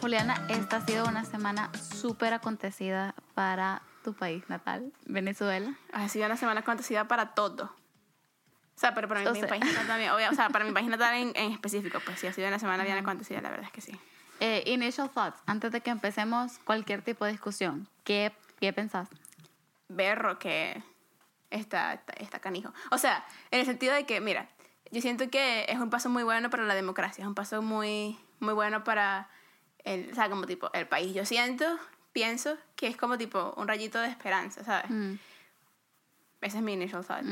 Juliana, esta ha sido una semana súper acontecida para tu país natal, Venezuela. Ha sido una semana acontecida para todo. O sea, pero para mi país natal también. O sea, para mi país natal en específico, pues sí, ha sido una semana bien acontecida, la verdad es que sí. Initial thoughts, antes de que empecemos cualquier tipo de discusión, ¿qué pensás? Berro que está canijo. O sea, en el sentido de que, mira, yo siento que es un paso muy bueno para la democracia, es un paso muy, muy bueno para o sea, como tipo, el país. Yo pienso que es como tipo un rayito de esperanza, ¿sabes? Ese es mi initial thought.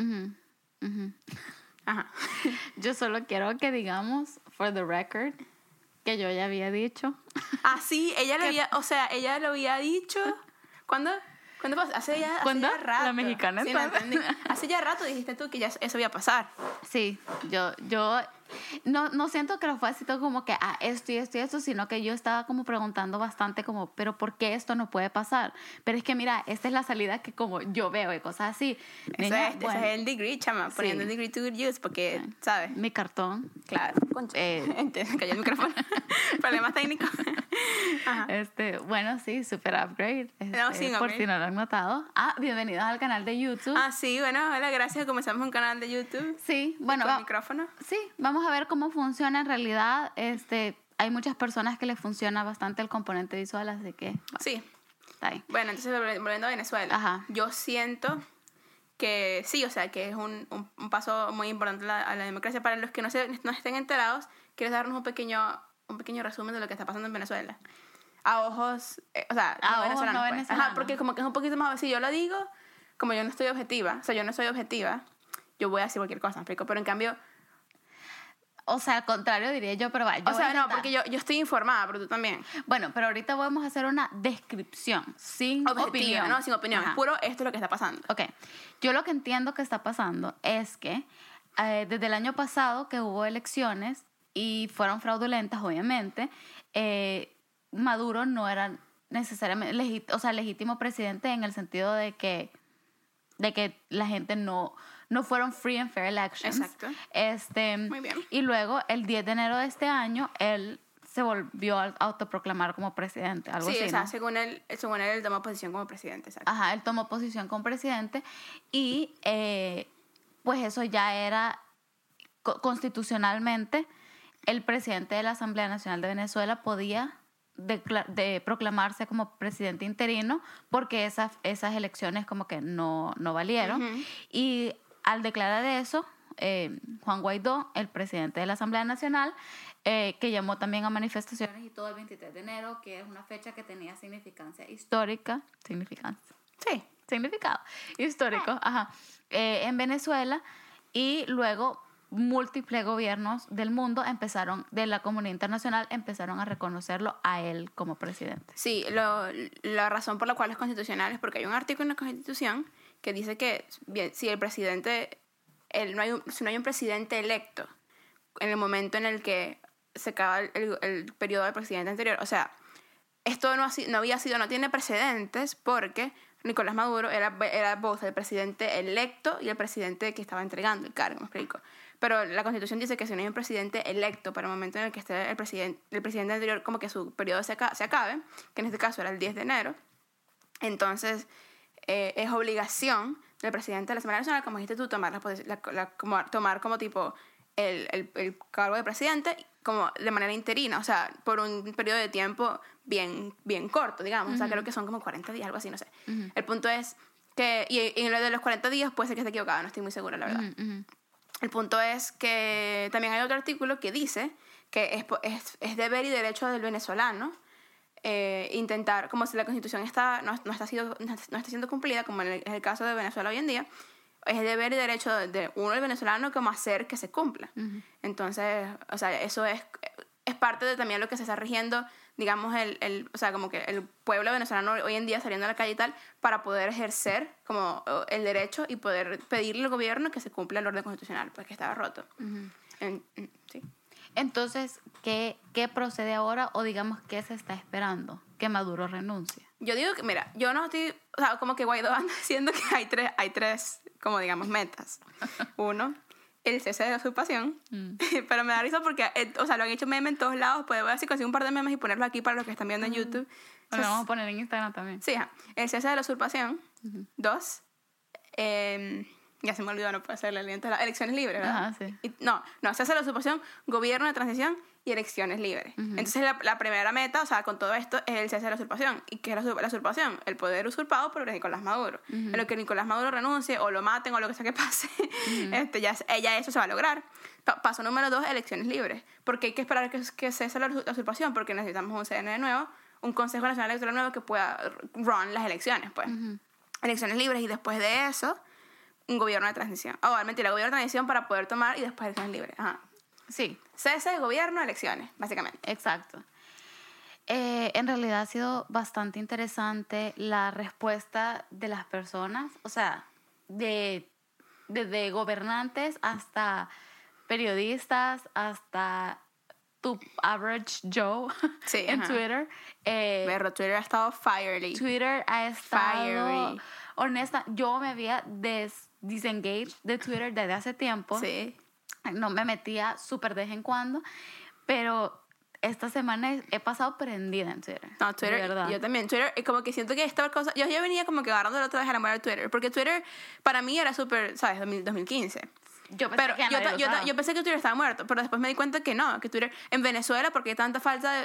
Ajá. Yo solo quiero que digamos, for the record, que yo ya había dicho. Ah, sí, ella lo había dicho. ¿Cuándo pasó? Hace ya rato. La mexicana, sí, entonces. Hace ya rato dijiste tú que ya eso iba a pasar. Sí, yo no siento que lo fue así todo como que esto y esto y esto, sino que yo estaba como preguntando bastante como, pero ¿por qué esto no puede pasar? Pero es que mira, esta es la salida que como yo veo y cosas así. Ese es el degree, chama, poniendo el degree to good use, porque, ¿sabes? Mi cartón. Claro, concha. Cayó el micrófono. Problemas técnicos. Ajá. Bueno, sí, super upgrade. No, sí, por si no lo han notado. Bienvenidos al canal de YouTube. Sí, bueno, hola, gracias. Comenzamos un canal de YouTube. Sí, bueno. ¿Con micrófono? Sí, vamos a ver cómo funciona en realidad. Hay muchas personas que les funciona bastante el componente visual, así que... Bueno, sí. Está bien. Bueno, entonces volviendo a Venezuela. Ajá. Yo siento que sí, o sea, que es un paso muy importante a la democracia. Para los que no estén enterados, ¿quieres darnos un pequeño resumen de lo que está pasando en Venezuela? A ojos, no venezolanos. Ajá, porque como que es un poquito más, si yo lo digo, como yo no soy objetiva, yo voy a decir cualquier cosa, ¿me explico? Pero en cambio... O sea, al contrario diría yo, pero vaya. No, porque yo estoy informada, pero tú también. Bueno, pero ahorita vamos a hacer una descripción, sin opinión. No, sin opinión. Ajá. Es puro, esto es lo que está pasando. Ok. Yo lo que entiendo que está pasando es que desde el año pasado que hubo elecciones y fueron fraudulentas, obviamente, Maduro no era necesariamente legítimo presidente en el sentido de que la gente no fueron free and fair elections. Exacto. Muy bien. Y luego, el 10 de enero de este año, él se volvió a autoproclamar como presidente, algo así, o sea, ¿no? según él tomó posición como presidente, exacto. Ajá, él tomó posición como presidente y pues eso ya era constitucionalmente, el presidente de la Asamblea Nacional de Venezuela podía de proclamarse como presidente interino porque esas elecciones como que no valieron. Uh-huh. Y al declarar eso, Juan Guaidó, el presidente de la Asamblea Nacional, que llamó también a manifestaciones y todo el 23 de enero, que es una fecha que tenía significado histórico, en Venezuela, y luego múltiples gobiernos del mundo de la comunidad internacional empezaron a reconocerlo a él como presidente. Sí, la razón por la cual es constitucional es porque hay un artículo en la Constitución que dice que si el presidente, si no hay un presidente electo en el momento en el que se acaba el periodo del presidente anterior, o sea, esto no tiene precedentes porque Nicolás Maduro era both el presidente electo y el presidente que estaba entregando el cargo, me explico. Pero la Constitución dice que si no hay un presidente electo para el momento en el que esté el presidente anterior, como que su periodo se acabe, que en este caso era el 10 de enero, entonces es obligación del presidente de la Asamblea Nacional, como dijiste tú, tomar como tipo el cargo de presidente como de manera interina, o sea, por un periodo de tiempo bien corto, digamos. Uh-huh. O sea, creo que son como 40 días, algo así, no sé. Uh-huh. El punto es que, y en lo de los 40 días puede ser que esté equivocado, no estoy muy segura, la verdad. Uh-huh. El punto es que también hay otro artículo que dice que es deber y derecho del venezolano intentar, como si la Constitución no está siendo cumplida, como en el caso de Venezuela hoy en día, es deber y derecho de uno, el venezolano, como hacer que se cumpla. Uh-huh. Entonces, o sea, eso es parte de también lo que se está rigiendo, digamos, o sea, como que el pueblo venezolano hoy en día saliendo a la calle y tal, para poder ejercer como el derecho y poder pedirle al gobierno que se cumpla el orden constitucional, pues que estaba roto. Uh-huh. Sí. Entonces, ¿qué procede ahora o digamos qué se está esperando? Que Maduro renuncie. Yo digo que, mira, yo no estoy, o sea, como que Guaidó anda diciendo que hay tres como digamos, metas. Uno, el cese de la usurpación. Pero me da risa porque, o sea, lo han hecho meme en todos lados. Puedo ver si consigo un par de memes y ponerlo aquí para los que están viendo en YouTube. Lo vamos a poner en Instagram también. Sí, ajá. El cese de la usurpación. 2. Ya se me olvidó, no puede ser el aliento de las elecciones libres, ¿verdad? Ajá, sí. No, cese de la usurpación, gobierno de transición y elecciones libres. Entonces la primera meta, o sea, con todo esto, es el cese de la usurpación. ¿Y qué es la usurpación? El poder usurpado por Nicolás Maduro. En lo que Nicolás Maduro renuncie o lo maten o lo que sea que pase, ya eso se va a lograr. Paso número 2, elecciones libres. Porque hay que esperar que cese la usurpación, porque necesitamos un CNE nuevo, un Consejo Nacional Electoral nuevo que pueda run las elecciones, pues. Elecciones libres, y después de eso, un gobierno de transición. Mentira, gobierno de transición para poder tomar y después elecciones libres. Ajá. Sí. Cese, gobierno, elecciones, básicamente. Exacto. En realidad ha sido bastante interesante la respuesta de las personas, o sea, desde gobernantes hasta periodistas, hasta tu average Joe Sí, en ajá. Twitter. Pero Twitter ha estado fiery. Twitter ha estado... Fiery. Honesta, yo me había disengaged de Twitter desde hace tiempo. Sí. No me metía súper de vez en cuando, pero esta semana he pasado prendida en Twitter. No, Twitter, de verdad. yo también. Twitter, como que siento que esta cosa... Yo venía como que agarrando la otra vez a enamorar de Twitter, porque Twitter para mí era súper, ¿sabes? 2015. Yo pensé Pero que ya nadie lo usaba. yo pensé que Twitter estaba muerto, pero después me di cuenta que no, que Twitter en Venezuela, porque hay tanta falta.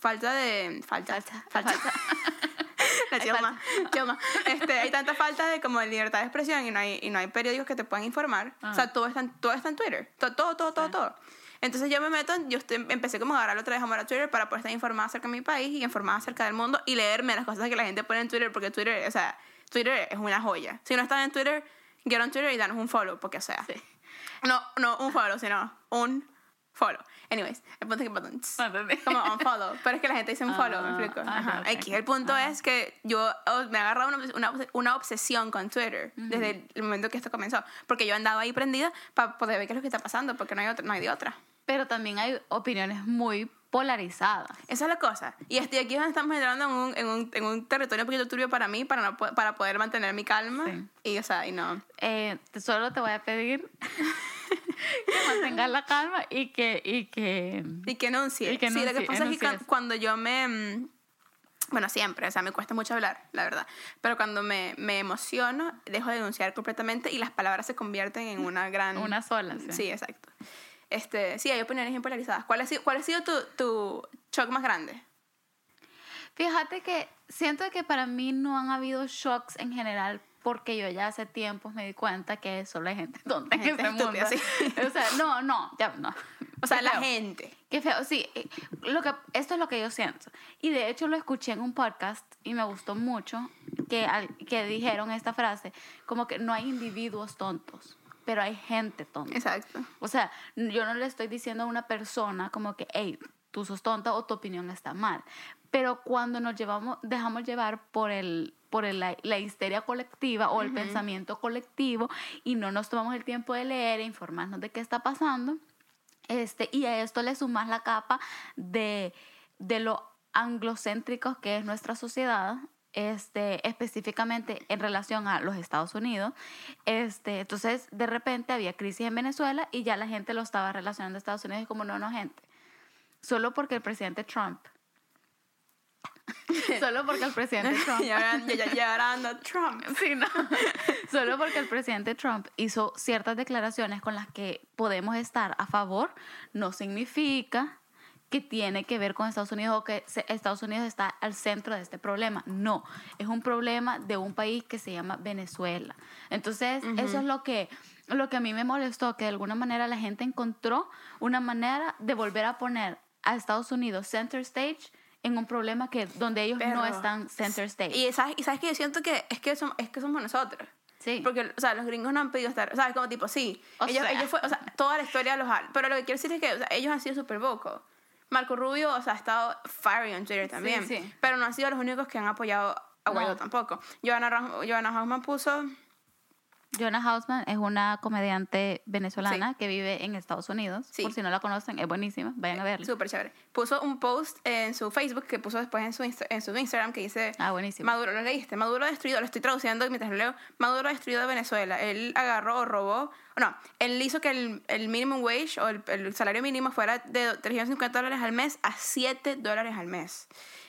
La chilma. Hay tanta falta de como de libertad de expresión y no hay periódicos que te puedan informar. O sea, todo está en Twitter. Todo. Entonces yo empecé como a agarrar otra vez amor a Twitter para poder estar informada acerca de mi país y informada acerca del mundo y leerme las cosas que la gente pone en Twitter, porque Twitter es una joya. Si no estás en Twitter, get on Twitter y danos un follow, porque o sea... Sí. No un follow, sino un follow. Anyways, el punto es que como un follow, pero es que la gente dice un follow, ¿me explico? Ajá. Okay. Aquí el punto es que yo me he agarrado una obsesión con Twitter desde el momento que esto comenzó, porque yo andaba ahí prendida para poder ver qué es lo que está pasando, porque no hay de otra. Pero también hay opiniones muy polarizadas. Esa es la cosa. Y aquí es donde estamos entrando en un territorio un poquito turbio para mí, para poder mantener mi calma. Sí. Y no. Solo te voy a pedir que mantengas la calma y que enuncie. Sí, lo que pasa es que cuando yo bueno, siempre, o sea, me cuesta mucho hablar, la verdad. Pero cuando me emociono, dejo de enunciar completamente y las palabras se convierten en una gran... Una sola, sí. Sí, exacto. Sí, hay opiniones bien polarizadas. ¿Cuál ha sido tu shock más grande? Fíjate que siento que para mí no han habido shocks en general, porque yo ya hace tiempo me di cuenta que solo hay gente tonta en este mundo. Sí. O sea, no. O sea, Qué la feo. gente. Qué feo, sí. Esto es lo que yo siento. Y de hecho lo escuché en un podcast y me gustó mucho que dijeron esta frase, como que no hay individuos tontos, pero hay gente tonta. Exacto. O sea, yo no le estoy diciendo a una persona como que, hey, tú sos tonta o tu opinión está mal. Pero cuando dejamos llevar por la histeria colectiva o el pensamiento colectivo y no nos tomamos el tiempo de leer e informarnos de qué está pasando, y a esto le sumas la capa de lo anglocéntricos que es nuestra sociedad, específicamente en relación a los Estados Unidos. Entonces, de repente había crisis en Venezuela y ya la gente lo estaba relacionando a Estados Unidos y como no, gente. Solo porque el presidente Trump ya ahora anda Trump. Sí, no. Solo porque el presidente Trump hizo ciertas declaraciones con las que podemos estar a favor, no significa que tiene que ver con Estados Unidos o que Estados Unidos está al centro de este problema. No, es un problema de un país que se llama Venezuela. Entonces, eso es lo que a mí me molestó, que de alguna manera la gente encontró una manera de volver a poner a Estados Unidos center stage en un problema donde ellos no están center stage. Y sabes que yo siento que es que somos nosotros. Sí. Porque, o sea, los gringos no han pedido estar, o sea, como tipo, sí, ellos fue, o sea, toda la historia los ha, pero lo que quiero decir es que, o sea, ellos han sido súper vocal. Marco Rubio, o sea, ha estado fiery en Twitter también, sí. Pero no han sido los únicos que han apoyado a Guaidó tampoco. Johanna Hausman puso Joanna Hausman es una comediante venezolana que vive en Estados Unidos. Sí. Por si no la conocen, es buenísima. Vayan a verla. Súper chévere. Puso un post en su Facebook que puso después en su Instagram que dice... Buenísimo. Maduro, ¿lo leíste? Maduro destruido, lo estoy traduciendo mientras lo leo. Maduro destruido de Venezuela. Él agarró o robó... No, él hizo que el minimum wage o el salario mínimo fuera de $350 al mes a $7 al mes.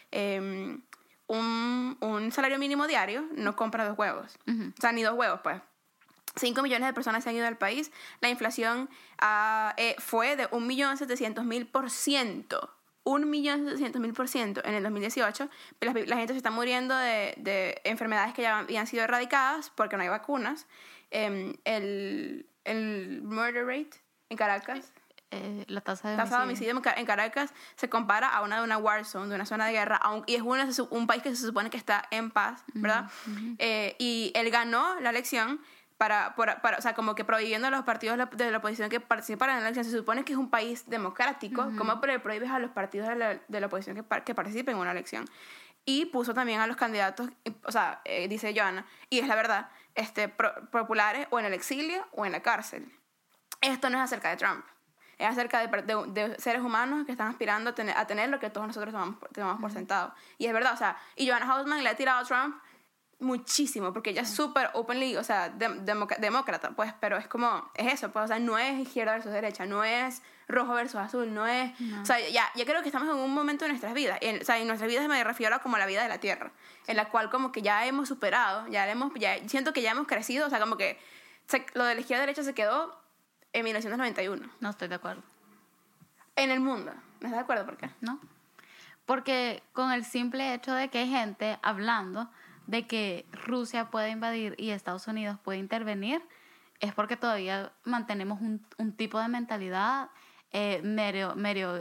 Un salario mínimo diario no compra 2 huevos. Uh-huh. O sea, ni 2 huevos, pues. 5 millones de personas se han ido del país. La inflación fue de 1.700.000%. 1.700.000% en el 2018. La gente se está muriendo de enfermedades que ya habían sido erradicadas porque no hay vacunas. El murder rate en Caracas, la tasa de homicidio en Caracas se compara a una de una war zone, de una zona de guerra, y es un país que se supone que está en paz, ¿verdad? Uh-huh. Y él ganó la elección o sea, como que prohibiendo a los partidos de la oposición que participaran en la elección. Se supone que es un país democrático. Uh-huh. ¿Cómo prohíbes a los partidos de la oposición que participen en una elección? Y puso también a los candidatos, o sea, dice Joanna, y es la verdad, populares o en el exilio o en la cárcel. Esto no es acerca de Trump. Es acerca de seres humanos que están aspirando a tener lo que todos nosotros tomamos por sentado. Y es verdad, o sea, y Joanna Hausman le ha tirado a Trump muchísimo, porque ella es súper openly, o sea, demócrata, pues, pero es como, es eso, pues, o sea, no es izquierda versus derecha, no es rojo versus azul, no es, o sea, ya creo que estamos en un momento de nuestras vidas, o sea, en nuestras vidas me refiero a como la vida de la Tierra, en la cual como que ya hemos superado, ya siento que ya hemos crecido, o sea, como que lo de la izquierda derecha se quedó en 1991. No estoy de acuerdo. En el mundo, ¿no estás de acuerdo? ¿Por qué? No, porque con el simple hecho de que hay gente hablando de que Rusia puede invadir y Estados Unidos puede intervenir, es porque todavía mantenemos un tipo de mentalidad medio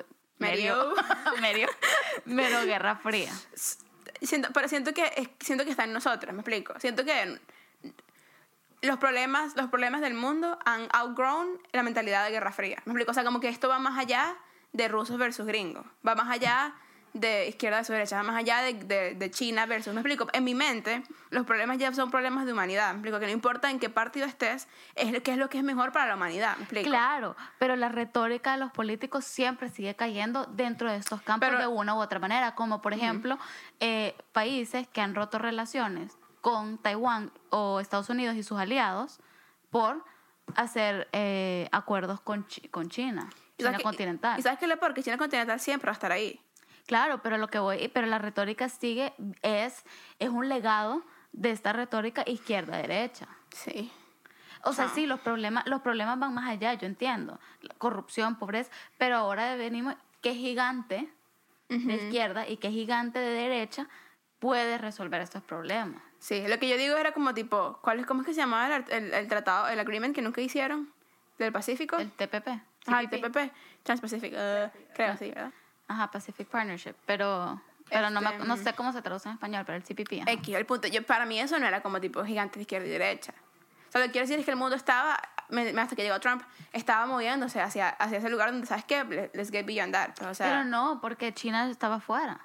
guerra fría. Pero siento que está en nosotros, me explico. Siento que los problemas del mundo han outgrown la mentalidad de guerra fría. Me explico, o sea, como que esto va más allá de rusos versus gringos, va más allá de izquierda versus derecha, va más allá de China versus, me explico, en mi mente los problemas ya son problemas de humanidad, me explico, que no importa en qué partido estés, qué es lo que es mejor para la humanidad, me explico. Claro, pero la retórica de los políticos siempre sigue cayendo dentro de estos campos de una u otra manera, como por ejemplo países que han roto relaciones con Taiwán o Estados Unidos y sus aliados por hacer acuerdos con China continental. ¿Y sabes qué es lo peor? Que China continental siempre va a estar ahí. Claro, pero la retórica sigue, es un legado de esta retórica izquierda-derecha. Sí. O sea, sí, los problemas van más allá, yo entiendo. Corrupción, pobreza, pero ahora venimos, qué gigante de izquierda y qué gigante de derecha puede resolver estos problemas. Sí, lo que yo digo era como tipo, ¿cómo es que se llamaba el tratado, el agreement que nunca hicieron del Pacífico? El TPP. Ajá, el TPP, Trans-Pacific, creo, sí, ¿verdad? Ajá, Pacific Partnership, pero no sé cómo se traduce en español, pero el CPP. El punto, para mí eso no era como tipo gigante de izquierda y derecha. O sea, lo que quiero decir es que el mundo estaba, hasta que llegó Trump, estaba moviéndose hacia ese lugar donde, ¿sabes qué? Let's get beyond that. O sea, pero no, porque China estaba fuera.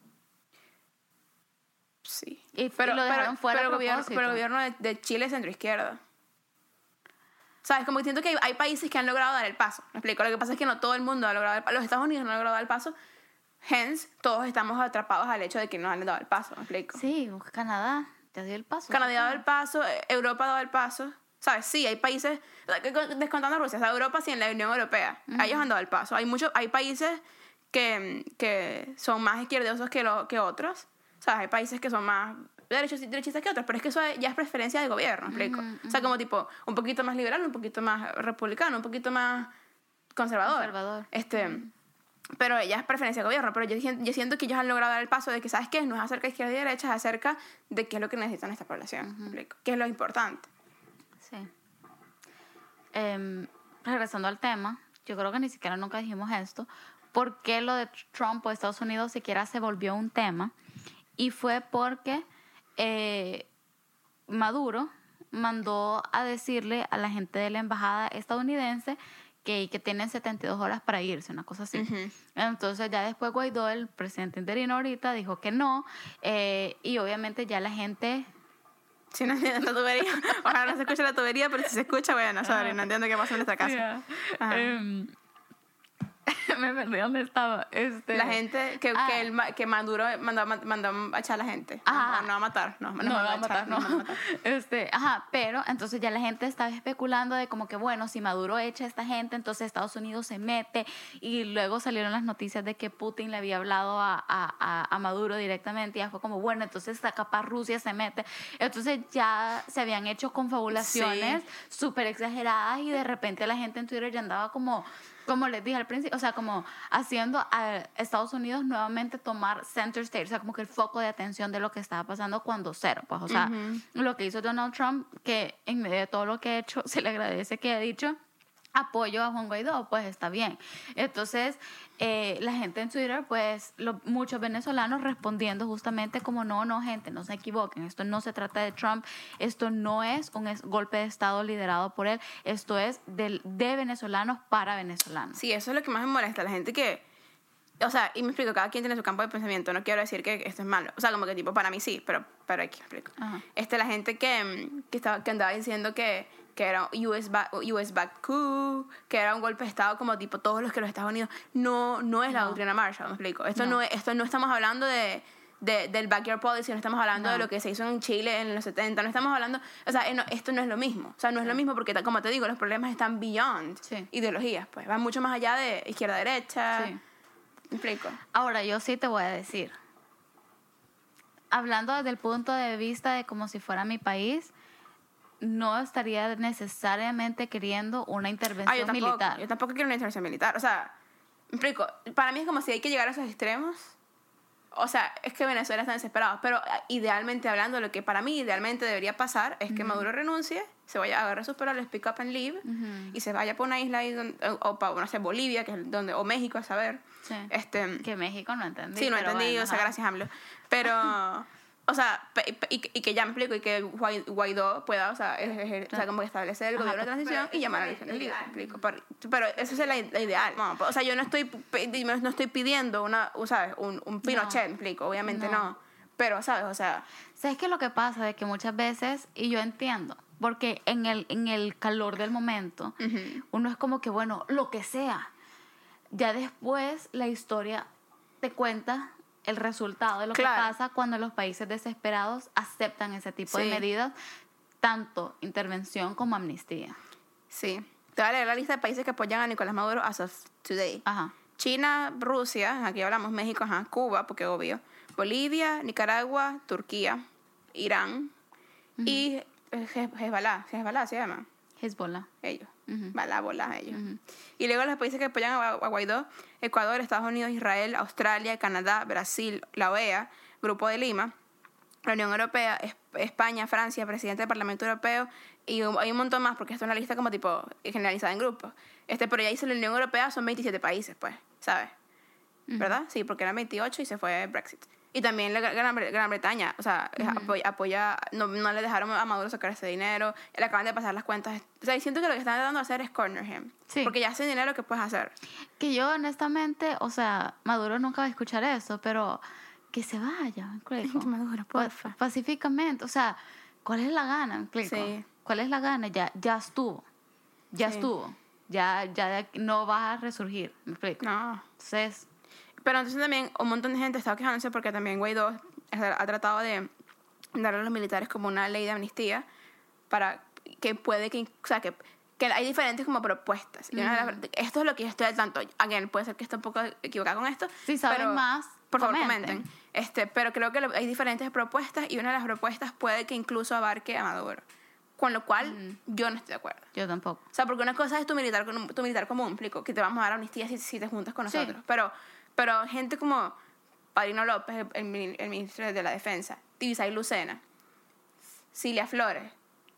Sí. Pero lo dejaron fuera pero el gobierno de Chile es centroizquierda. ¿Sabes? Como que siento que hay países que han logrado dar el paso. ¿Me explico? Lo que pasa es que no todo el mundo ha logrado el paso. Los Estados Unidos no han logrado dar el paso. Hence, todos estamos atrapados al hecho de que no han dado el paso. ¿Me explico? Sí, Canadá ya dio el paso. Canadá ha dado el paso, Europa ha dado el paso. ¿Sabes? Sí, hay países, descontando a Rusia, o sea, Europa sí, en la Unión Europea. Ellos han dado el paso. Hay países que son más izquierdosos que otros. ¿Sabes? Hay países que son más derechistas que otros, pero es que eso ya es preferencia de gobierno, ¿me explico? O sea, como tipo, un poquito más liberal, un poquito más republicano, un poquito más conservador. Pero ya es preferencia de gobierno, pero yo siento que ellos han logrado dar el paso de que, ¿sabes qué? No es acerca de izquierda y derecha, es acerca de qué es lo que necesita nuestra población, ¿me explico? ¿Qué es lo importante? Sí. Regresando al tema, yo creo que ni siquiera nunca dijimos esto, ¿por qué lo de Trump o Estados Unidos siquiera se volvió un tema? Y fue porque Maduro mandó a decirle a la gente de la embajada estadounidense que tienen 72 horas para irse, una cosa así. Entonces ya después Guaidó, el presidente interino ahorita, dijo que no, y obviamente ya la gente Si no entiendo esta tubería. Ojalá no se escuche la tubería, pero si se escucha, bueno, sorry, no entiendo qué pasa en esta casa. Ajá. Me perdí dónde estaba. La gente que Maduro mandó a echar a la gente. No a matar. No a matar. Ajá, pero entonces ya la gente estaba especulando de como que, bueno, si Maduro echa a esta gente, entonces Estados Unidos se mete. Y luego salieron las noticias de que Putin le había hablado a Maduro directamente. Y ya fue como, bueno, entonces capaz Rusia se mete. Entonces ya se habían hecho confabulaciones súper exageradas y de repente la gente en Twitter ya andaba como les dije al principio, o sea, como haciendo a Estados Unidos nuevamente tomar center stage, o sea, como que el foco de atención de lo que estaba pasando cuando cero, pues, o sea, lo que hizo Donald Trump, que en medio de todo lo que ha hecho, se le agradece que ha dicho apoyo a Juan Guaidó, pues está bien. Entonces, la gente en Twitter, pues muchos venezolanos respondiendo justamente como no, gente, no se equivoquen, esto no se trata de Trump, esto no es un golpe de Estado liderado por él, esto es de venezolanos para venezolanos. Sí, eso es lo que más me molesta, la gente que, o sea, y me explico, cada quien tiene su campo de pensamiento, no quiero decir que esto es malo, o sea, como que tipo, para mí sí, pero aquí me explico. La gente que andaba diciendo que era US back coup, que era un golpe de Estado como tipo todos los que los Estados Unidos, no es la doctrina Marshall, me explico. Esto no estamos hablando del backyard policy, no estamos hablando de lo que se hizo en Chile en los 70, no estamos hablando, o sea, esto no es lo mismo, o sea, no es lo mismo porque como te digo, los problemas están beyond ideologías, pues van mucho más allá de izquierda-derecha. Sí. ¿Me explico? Ahora, yo sí te voy a decir, hablando desde el punto de vista de como si fuera mi país, no estaría necesariamente queriendo una intervención militar. Yo tampoco quiero una intervención militar. O sea, me explico. Para mí es como si hay que llegar a esos extremos. O sea, es que Venezuela está desesperado. Pero idealmente hablando, lo que para mí idealmente debería pasar es que Maduro renuncie, se vaya a agarrar sus perros, pick up and leave, y se vaya por una isla ahí o para, no sé, Bolivia, que es donde, o México, a saber. Sí. Que México no entendí. Sí, no entendí, bueno, o sea, gracias, AMLO. Pero... O sea, y que ya me explico, y que Guaidó pueda, o sea, como establecer el gobierno de transición y llamar a la elección libre, explico. Pero esa es la ideal. No, o sea, yo no estoy pidiendo ¿sabes? Un Pinochet, me explico, obviamente no. Pero, ¿sabes? O sea... ¿Sabes qué es lo que pasa? De que muchas veces, y yo entiendo, porque en el calor del momento, uno es como que, bueno, lo que sea. Ya después la historia te cuenta el resultado de lo que pasa cuando los países desesperados aceptan ese tipo de medidas, tanto intervención como amnistía. Sí. Te voy a leer la lista de países que apoyan a Nicolás Maduro as of today. China, Rusia, aquí hablamos México, Cuba, porque obvio, Bolivia, Nicaragua, Turquía, Irán y Hezbollah se llama. Hezbollah. Ellos. Ellos. Y luego los países que apoyan a Guaidó: Ecuador, Estados Unidos, Israel, Australia, Canadá, Brasil, la OEA, Grupo de Lima, la Unión Europea, España, Francia, presidente del Parlamento Europeo, y hay un montón más, porque esto es una lista como tipo generalizada en grupos. Pero ya dice la Unión Europea, son 27 países, pues, ¿sabes? ¿Verdad? Sí, porque eran 28 y se fue Brexit. Y también la Gran Bretaña, o sea, apoya, no le dejaron a Maduro sacar ese dinero, le acaban de pasar las cuentas. O sea, siento que lo que están tratando de hacer es corner him. Sí. Porque ya ese dinero que puedes hacer. Que yo, honestamente, o sea, Maduro nunca va a escuchar eso, pero que se vaya, Maduro, porfa. Pacíficamente, o sea, ¿cuál es la gana? Sí. ¿Cuál es la gana? Ya estuvo. Estuvo. Ya no vas a resurgir, ¿me explico? No. Entonces... Pero entonces también un montón de gente está quejándose porque también Guaidó ha tratado de darle a los militares como una ley de amnistía para que o sea, que hay diferentes como propuestas. Y esto es lo que yo estoy al tanto. Again, puede ser que esté un poco equivocada con esto. Si saben más, por favor, comenten. Pero creo que hay diferentes propuestas y una de las propuestas puede que incluso abarque a Maduro. Con lo cual, yo no estoy de acuerdo. Yo tampoco. O sea, porque una cosa es tu militar común, explico, que te vamos a dar amnistía si te juntas con nosotros. Pero gente como Padrino López, el ministro de la Defensa, Tibisay Lucena, Cilia Flores,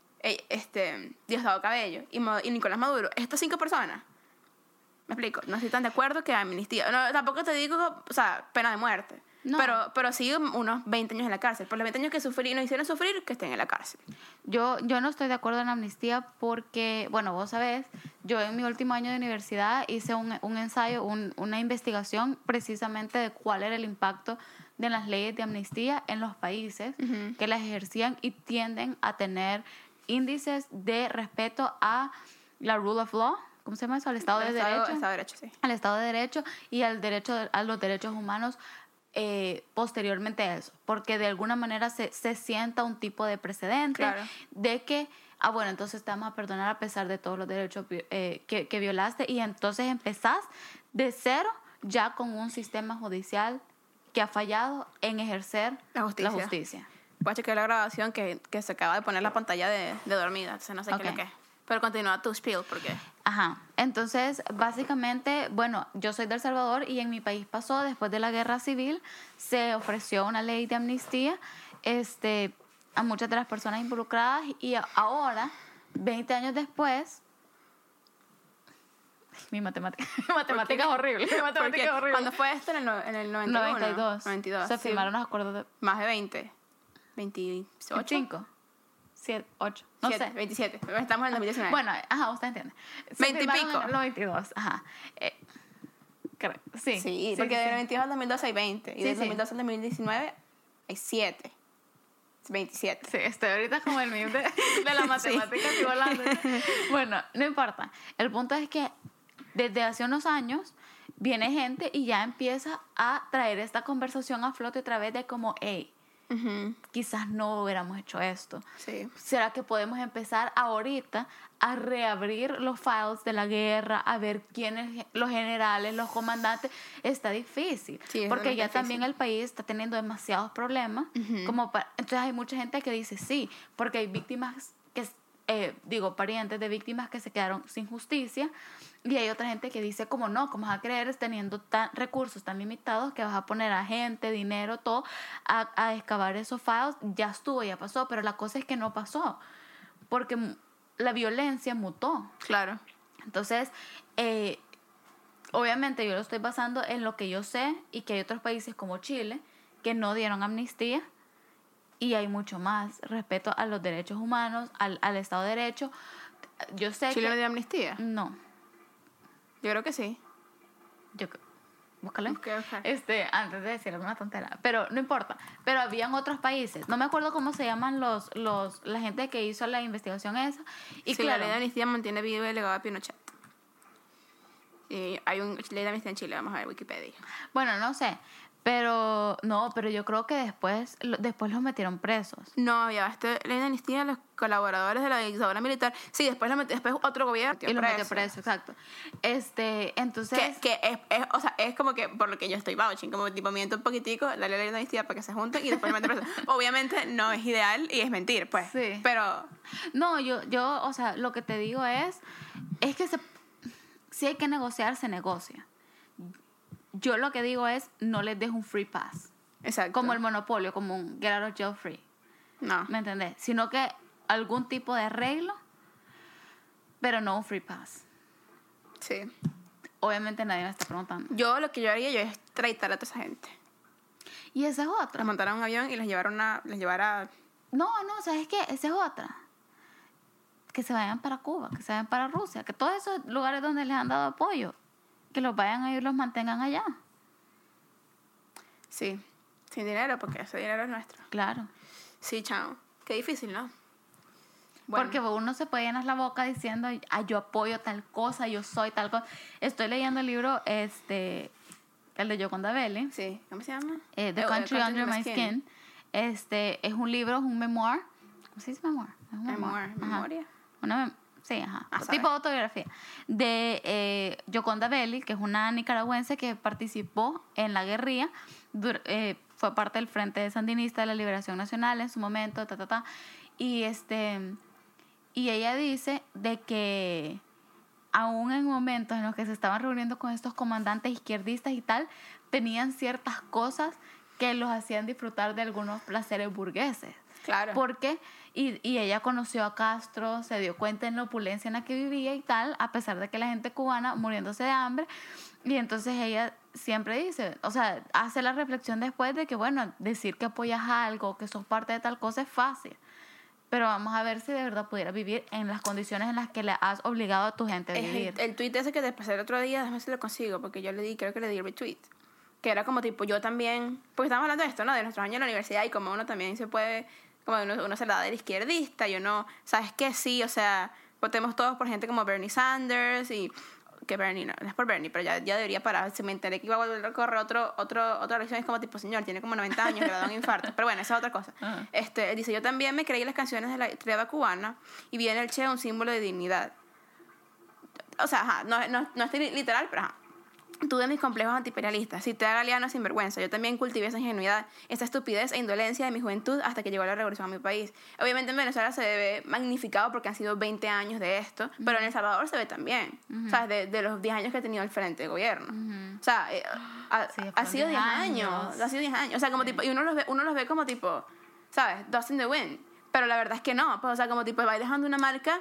Diosdado Cabello y Nicolás Maduro, estas 5 personas, me explico, no estoy tan de acuerdo que amnistía. No, tampoco te digo, o sea, pena de muerte. No. Pero sí unos 20 años en la cárcel. Por los 20 años que nos hicieron sufrir, que estén en la cárcel. Yo no estoy de acuerdo en la amnistía porque, bueno, vos sabés, yo en mi último año de universidad hice un ensayo, una investigación precisamente de cuál era el impacto de las leyes de amnistía en los países que las ejercían y tienden a tener índices de respeto a la rule of law, ¿cómo se llama eso? Al Estado de Derecho. Estado de Derecho, sí. Al Estado de Derecho y al derecho a los derechos humanos posteriormente a eso, porque de alguna manera se sienta un tipo de precedente de que, bueno, entonces te vamos a perdonar a pesar de todos los derechos que violaste, y entonces empezás de cero ya con un sistema judicial que ha fallado en ejercer la justicia. Voy a chequear la grabación que se acaba de poner la pantalla de dormida, entonces no sé qué es lo que es. Pero continúa tu spiel, porque... Ajá, entonces básicamente, bueno, yo soy de El Salvador y en mi país pasó, después de la guerra civil, se ofreció una ley de amnistía a muchas de las personas involucradas, y ahora, 20 años después... Mi matemática es horrible. ¿Cuándo fue esto? En el 91. 92. Se firmaron los acuerdos de... Más de 20. 28. 5. 7, 8, no 7, sé. 27, estamos en el 2019. Bueno, usted entiende. 20 y pico. Los 22, ajá. Sí, porque del 22 al 2012 hay 20. Y del 2012 al 2019 hay 7. 27. Sí, estoy ahorita como el meme de la matemática y volando. Bueno, no importa. El punto es que desde hace unos años viene gente y ya empieza a traer esta conversación a flote a través de como, hey, quizás no hubiéramos hecho esto. Sí. ¿Será que podemos empezar ahorita a reabrir los files de la guerra, a ver quiénes, los generales, los comandantes? Está difícil, porque ya también el país está teniendo demasiados problemas. Entonces hay mucha gente que dice sí, porque hay víctimas que... parientes de víctimas que se quedaron sin justicia, y hay otra gente que dice como no, ¿cómo vas a creer teniendo recursos tan limitados que vas a poner a gente, dinero, todo a excavar esos files? Ya estuvo, ya pasó, pero la cosa es que no pasó porque la violencia mutó. Claro. Entonces obviamente yo lo estoy basando en lo que yo sé, y que hay otros países como Chile que no dieron amnistía. Y hay mucho más respeto a los derechos humanos, al Estado de Derecho. Yo sé ¿Chile no dio amnistía? No. Yo creo que sí. Búscalo. Okay. Antes de decir alguna tontera. Pero no importa. Pero habían otros países. No me acuerdo cómo se llaman la gente que hizo la investigación esa. Y sí, claro, la ley de amnistía mantiene vivo el legado de Pinochet. Y hay una ley de amnistía en Chile. Vamos a ver Wikipedia. Bueno, no sé. Pero yo creo que después los metieron presos. No, había ley de amnistía a los colaboradores de la dictadura militar. Sí, después otro gobierno y los metió preso, exacto. Entonces... es como que, por lo que yo estoy vouching, como tipo miento un poquitico, la ley de amnistía para que se junten y después lo meten preso. Obviamente no es ideal y es mentir, pues. Sí. Pero... No, yo lo que te digo es que si hay que negociar, se negocia. Yo lo que digo es, no les dejo un free pass. Exacto. Como el monopolio, como un get out of jail free. No. ¿Me entendés? Sino que algún tipo de arreglo, pero no un free pass. Sí. Obviamente nadie me está preguntando. Yo lo que yo haría es traitar a toda esa gente. Y esa es otra. Las montaron a un avión y les llevara... No, ¿sabes qué? Esa es otra. Que se vayan para Cuba, que se vayan para Rusia, que todos esos lugares donde les han dado apoyo, que los vayan a ir, los mantengan allá. Sí, sin dinero, porque ese dinero es nuestro. Claro. Sí, chao. Qué difícil, ¿no? Bueno. Porque uno se puede llenar la boca diciendo, yo apoyo tal cosa, yo soy tal cosa. Estoy leyendo el libro, el de Yoconda Belli. Sí, ¿cómo se llama? The Country Under My Skin. Es un libro, es un memoir. ¿Cómo se dice memoir? Es un memoria. Sí, ajá. Tipo autobiografía. De Yoconda Belli, que es una nicaragüense que participó en la guerrilla. Fue parte del Frente Sandinista de la Liberación Nacional en su momento, Y ella dice de que aún en momentos en los que se estaban reuniendo con estos comandantes izquierdistas y tal, tenían ciertas cosas que los hacían disfrutar de algunos placeres burgueses. Claro. Porque, y ella conoció a Castro, se dio cuenta en la opulencia en la que vivía y tal, a pesar de que la gente cubana muriéndose de hambre. Y entonces ella siempre dice, hace la reflexión después de que, bueno, decir que apoyas algo, que sos parte de tal cosa es fácil. Pero vamos a ver si de verdad pudieras vivir en las condiciones en las que le has obligado a tu gente a vivir. El tweet ese que te pasé el otro día, déjame si lo consigo, porque yo creo que le di retweet. que era como tipo, yo también, porque estamos hablando de esto, ¿no? De nuestros años en la universidad y como uno también se puede, como uno se la da del izquierdista y uno, ¿sabes qué? Sí, o sea, votemos todos por gente como Bernie Sanders y que Bernie, no es por Bernie, pero ya debería parar. Se me enteré que iba a volver a correr otra elección. Es como tipo, señor, tiene como 90 años, le da un infarto. Pero bueno, esa es otra cosa. Dice, yo también me creí las canciones de la trova cubana y vi en el Che un símbolo de dignidad. O sea, ajá, no es literal, pero ajá. Tuve mis complejos antiimperialistas. Si te da Galeano sinvergüenza. Yo también cultivé esa ingenuidad, esa estupidez e indolencia de mi juventud hasta que llegó la revolución a mi país. Obviamente en Venezuela se ve magnificado porque han sido 20 años de esto, pero en El Salvador se ve también. ¿Sabes? De los 10 años que ha tenido el frente de gobierno. O sea, ha sido 10 años. Ha sido 10 años. O sea, como tipo, y uno los ve como tipo, ¿sabes? Dust in the wind. Pero la verdad es que no. Pues, o sea, como tipo, va dejando una marca.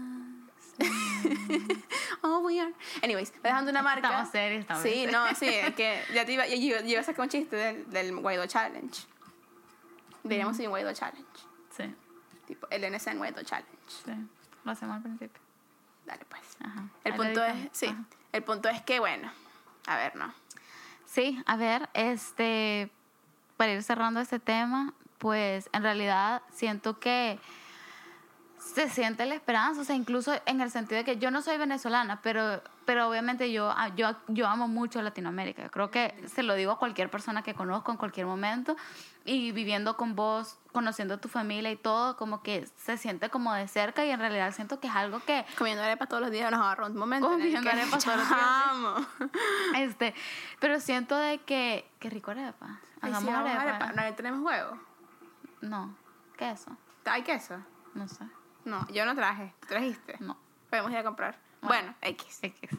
Oh, we are. Anyways, va dejando una marca. Estamos serios, Sí, no, sí, es que ya yo iba a sacar un chiste del Guaidó Challenge. Diríamos un Guaidó Challenge. Sí. Tipo, el NSN Guaidó Challenge. Sí, lo hacemos al principio. Dale, pues. Ajá. El punto es que, bueno, a ver, ¿no? Sí, a ver, para ir cerrando este tema, pues en realidad siento que se siente la esperanza, o sea, incluso en el sentido de que yo no soy venezolana, pero obviamente yo amo mucho Latinoamérica. Creo que se lo digo a cualquier persona que conozco en cualquier momento, y viviendo con vos, conociendo a tu familia y todo, como que se siente como de cerca, y en realidad siento que es algo que... Comiendo arepas todos los días nos agarró un momento. Comiendo arepas todos los días. Amo. Pero siento de que... Qué rico arepa. Hagamos arepa. ¿No tenemos huevo? No. ¿Queso? ¿Hay queso? No sé. No, yo no traje. ¿Tú trajiste? No. Podemos ir a comprar. Bueno, X.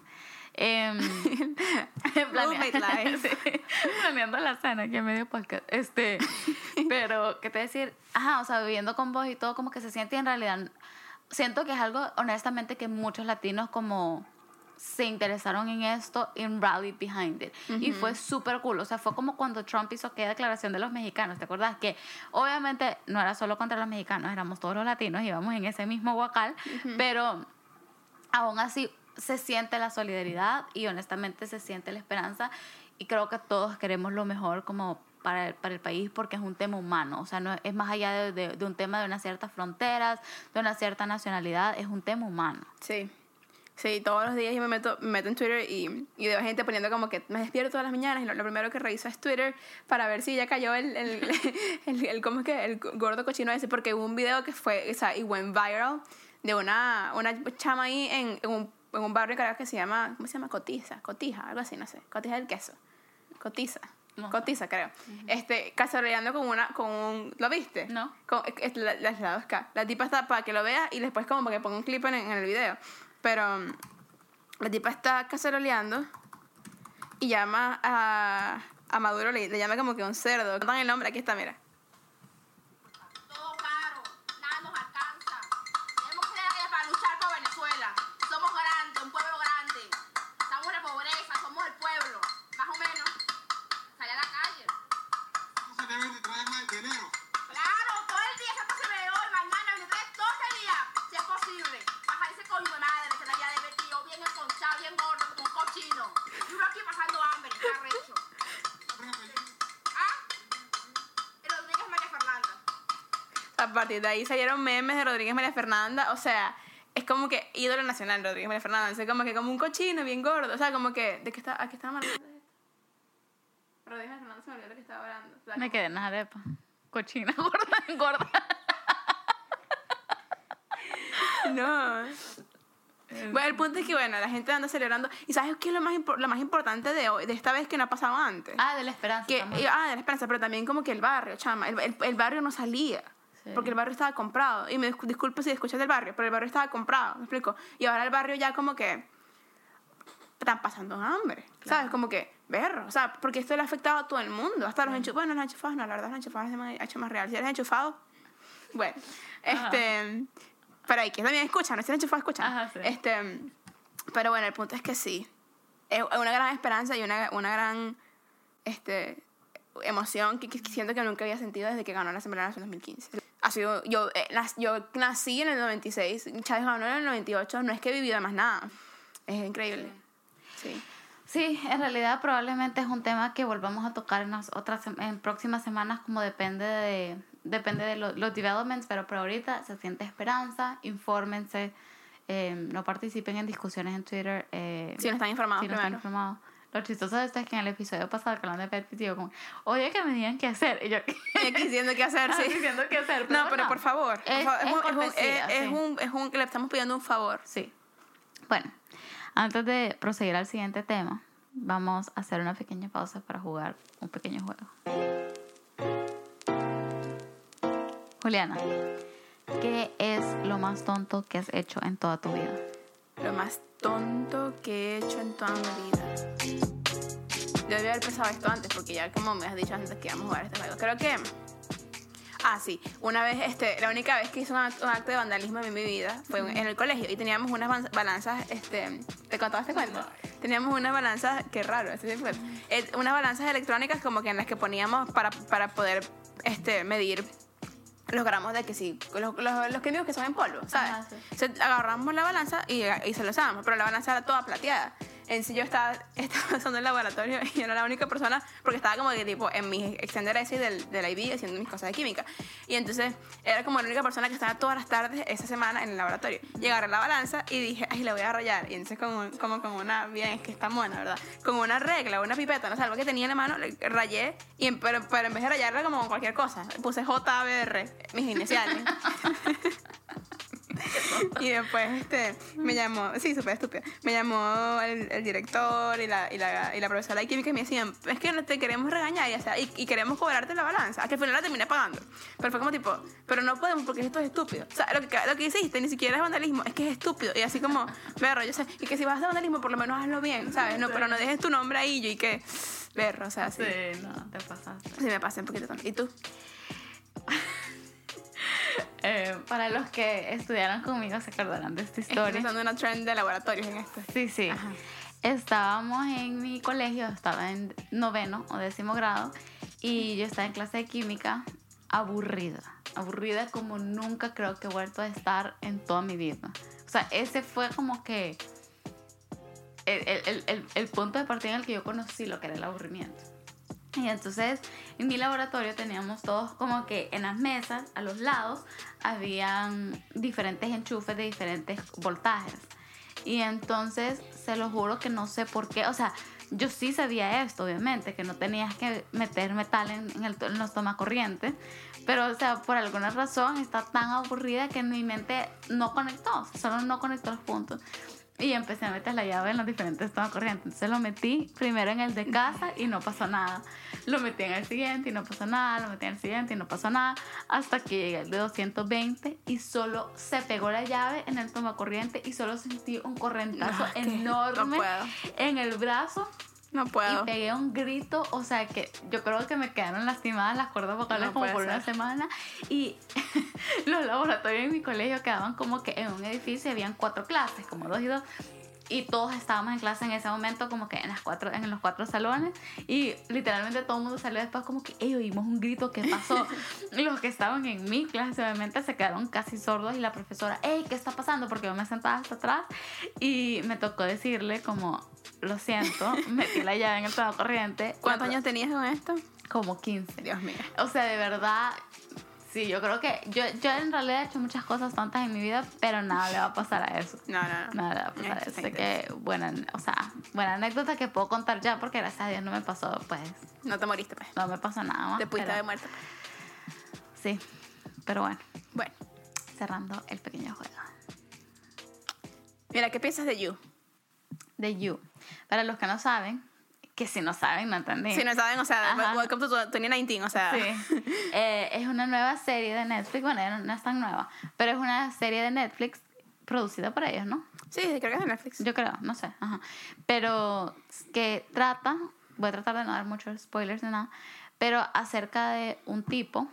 Planeando la cena aquí en medio podcast. Pero, ¿qué te decir? Ajá, o sea, viviendo con vos y todo, como que se siente, y en realidad siento que es algo, honestamente, que muchos latinos como se interesaron en esto and rallied behind it. Y fue súper cool. O sea, fue como cuando Trump hizo aquella declaración de los mexicanos. ¿Te acuerdas? Que obviamente no era solo contra los mexicanos, éramos todos los latinos, íbamos en ese mismo guacal, pero aún así se siente la solidaridad y honestamente se siente la esperanza, y creo que todos queremos lo mejor como para el país, porque es un tema humano. O sea, no es más allá de un tema de unas ciertas fronteras, de una cierta nacionalidad, es un tema humano. Sí, todos los días yo me meto en Twitter y veo gente poniendo como que me despierto todas las mañanas y lo primero que reviso es Twitter para ver si ya cayó ¿cómo es que? El gordo cochino ese, porque hubo un video que fue, o sea, y went viral, de una chama ahí en un barrio que se llama, ¿cómo se llama? Cotija, algo así, no sé, Cotija del Queso, Cotiza, creo. Caceroleando con un, ¿lo viste? No. La tipa está para que lo vea y después como para que ponga un clip en el video. Pero la tipa está caceroleando y llama a Maduro, le llama como que un cerdo. Cantan el nombre, aquí está, mira. Todo caro, nada nos alcanza. Tenemos que para luchar por Venezuela. Somos grandes, un pueblo grande. Estamos en la pobreza, somos el pueblo. Más o menos. Sale a la calle. ¿No se debe de traer más dinero? Claro, todo el día, si es posible hoy, mañana, 23, todo el día, si es posible. Bajar ese coño de madre que la ya de tío, bien enconchado, bien gordo, como un cochino. Y uno aquí pasando hambre, está recho. ¿Ah? Y Rodríguez María Fernanda. A partir de ahí salieron memes de Rodríguez María Fernanda. O sea, es como que ídolo nacional Rodríguez María Fernanda. O sea, como que como un cochino, bien gordo. O sea, como que... ¿De qué está? ¿A qué estaba hablando? Rodríguez María Fernanda se me olvidó de qué estaba hablando. O sea, Me quedé en las arepas. Cochina, gorda. No. Bueno, el punto es que, bueno, la gente anda celebrando. ¿Y sabes qué es lo más importante de hoy, de esta vez que no ha pasado antes? De la esperanza De también. la esperanza, pero también como que el barrio, chama. El barrio no salía. Sí. Porque el barrio estaba comprado. Y me disculpe si escuchas del barrio, pero el barrio estaba comprado, ¿me explico? Y ahora el barrio ya como que están pasando hambre, ¿sabes? Como que, berro, o sea, porque esto le ha afectado a todo el mundo. Hasta los enchufados. Bueno, los enchufados no, la verdad, los enchufados se me ha hecho más real. Si eres enchufado, bueno, pero hay que también escuchan, no si eres enchufado, escuchan. Ajá, sí. Pero bueno, el punto es que sí. Es una gran esperanza y una gran emoción que siento que nunca había sentido desde que ganó la Asamblea Nacional en 2015. Ha sido, yo nací en el 96, Chávez ganó en el 98, no es que he vivido más nada. Es increíble. Sí. Sí, en realidad probablemente es un tema que volvamos a tocar en próximas semanas, como depende de los developments, pero por ahorita se siente esperanza, infórmense, no participen en discusiones en Twitter. Si no están informados si no están primero. informados. Lo chistoso de esto es que en el episodio pasado, que hablando de Pet Pit, yo como, oye, que me digan qué hacer. Y yo Y aquí diciendo qué hacer, sí. diciendo qué hacer. No, pero por favor. Es cortesía, sí. Que le estamos pidiendo un favor. Sí. Bueno, antes de proseguir al siguiente tema, vamos a hacer una pequeña pausa para jugar un pequeño juego. Juliana, ¿qué es lo más tonto que has hecho en toda tu vida? Lo más tonto que he hecho en toda mi vida. Yo debía haber pensado esto antes, porque ya como me has dicho antes que íbamos a jugar este juego. Creo que... sí. Una vez, la única vez que hice un acto de vandalismo en mi vida fue en el colegio. Y teníamos unas balanzas, ¿te contaba este cuento? Teníamos unas balanzas, qué raro, unas balanzas electrónicas como que en las que poníamos para poder medir los gramos de que sí, los químicos que son en polvo, ¿sabes? Ajá, sí. Entonces, agarramos la balanza y se lo usábamos, pero la balanza era toda plateada. En sí yo estaba usando el laboratorio y era la única persona, porque estaba como que tipo en mi extender ese del IB haciendo mis cosas de química. Y entonces era como la única persona que estaba todas las tardes esa semana en el laboratorio. Y agarré la balanza y dije, ay, la voy a rayar. Y entonces como con una, bien, es que está mona, ¿verdad? Con una regla, una pipeta, no sé, algo que tenía en la mano, le rayé, pero en vez de rayarla como con cualquier cosa, puse JBR, mis iniciales. Y después me llamó, sí, súper estúpido, me llamó el director y la profesora de química y me decían, es que te queremos regañar y queremos cobrarte la balanza, que al final la terminé pagando, pero fue como tipo, pero no podemos porque esto es estúpido, o sea, lo que hiciste ni siquiera es vandalismo, es que es estúpido, y así como, berro, yo sé, y que si vas a hacer vandalismo por lo menos hazlo bien, ¿sabes? No, pero no dejes tu nombre ahí, yo y que, berro, o sea, sí. Sí, no, te pasaste. Sí, me pasé un poquito tonto. ¿Y tú? Para los que estudiaron conmigo se acordarán de esta Estoy historia. usando una trend de laboratorios en esto. Sí. Ajá. Estábamos en mi colegio, estaba en 9º o 10º grado y yo estaba en clase de química aburrida como nunca creo que he vuelto a estar en toda mi vida. O sea, ese fue como que el punto de partida en el que yo conocí lo que era el aburrimiento. Y entonces en mi laboratorio teníamos todos como que en las mesas, a los lados, habían diferentes enchufes de diferentes voltajes. Y entonces, se lo juro que no sé por qué, o sea, yo sí sabía esto, obviamente, que no tenías que meter metal en los tomacorrientes, pero, o sea, por alguna razón está tan aburrida que en mi mente no conectó, solo no conectó los puntos. Y empecé a meter la llave en los diferentes tomacorrientes. Entonces lo metí primero en el de casa y no pasó nada. Lo metí en el siguiente y no pasó nada. Lo metí en el siguiente y no pasó nada. Hasta que llegué al de 220 y solo se pegó la llave en el tomacorriente y solo sentí un correntazo enorme en el brazo. No puedo. Y pegué un grito, o sea que yo creo que me quedaron lastimadas las cuerdas vocales como por una semana. Y los laboratorios en mi colegio quedaban como que en un edificio, habían 4 clases, como 2 y 2. Y todos estábamos en clase en ese momento como que en los 4 salones. Y literalmente todo el mundo salió después como que oímos un grito, ¿qué pasó? Los que estaban en mi clase obviamente se quedaron casi sordos. Y la profesora, ¿qué está pasando? Porque yo me sentaba hasta atrás. Y me tocó decirle como, lo siento, metí la llave en el tomacorriente. ¿Cuántos años tenías con esto? Como 15. Dios mío. O sea, de verdad, sí, yo creo que yo en realidad he hecho muchas cosas tontas en mi vida, pero nada le va a pasar a eso. No. Nada le va a pasar a eso. Así que buena anécdota que puedo contar ya, porque gracias a Dios no me pasó, pues. No te moriste, pues. No me pasó nada más. Te pudiste haber muerto, pues. Sí, pero bueno, Bueno. cerrando el pequeño juego. Mira, ¿qué piensas de You? De You. Para los que no saben, que si no saben, no entendí. Si no saben, o sea, Ajá. Welcome to 2019, o sea. Sí. Es una nueva serie de Netflix. Bueno, no es tan nueva, pero es una serie de Netflix producida por ellos, ¿no? Sí, creo que es de Netflix. Yo creo, no sé. Ajá. Pero que trata, voy a tratar de no dar muchos spoilers ni nada, pero acerca de un tipo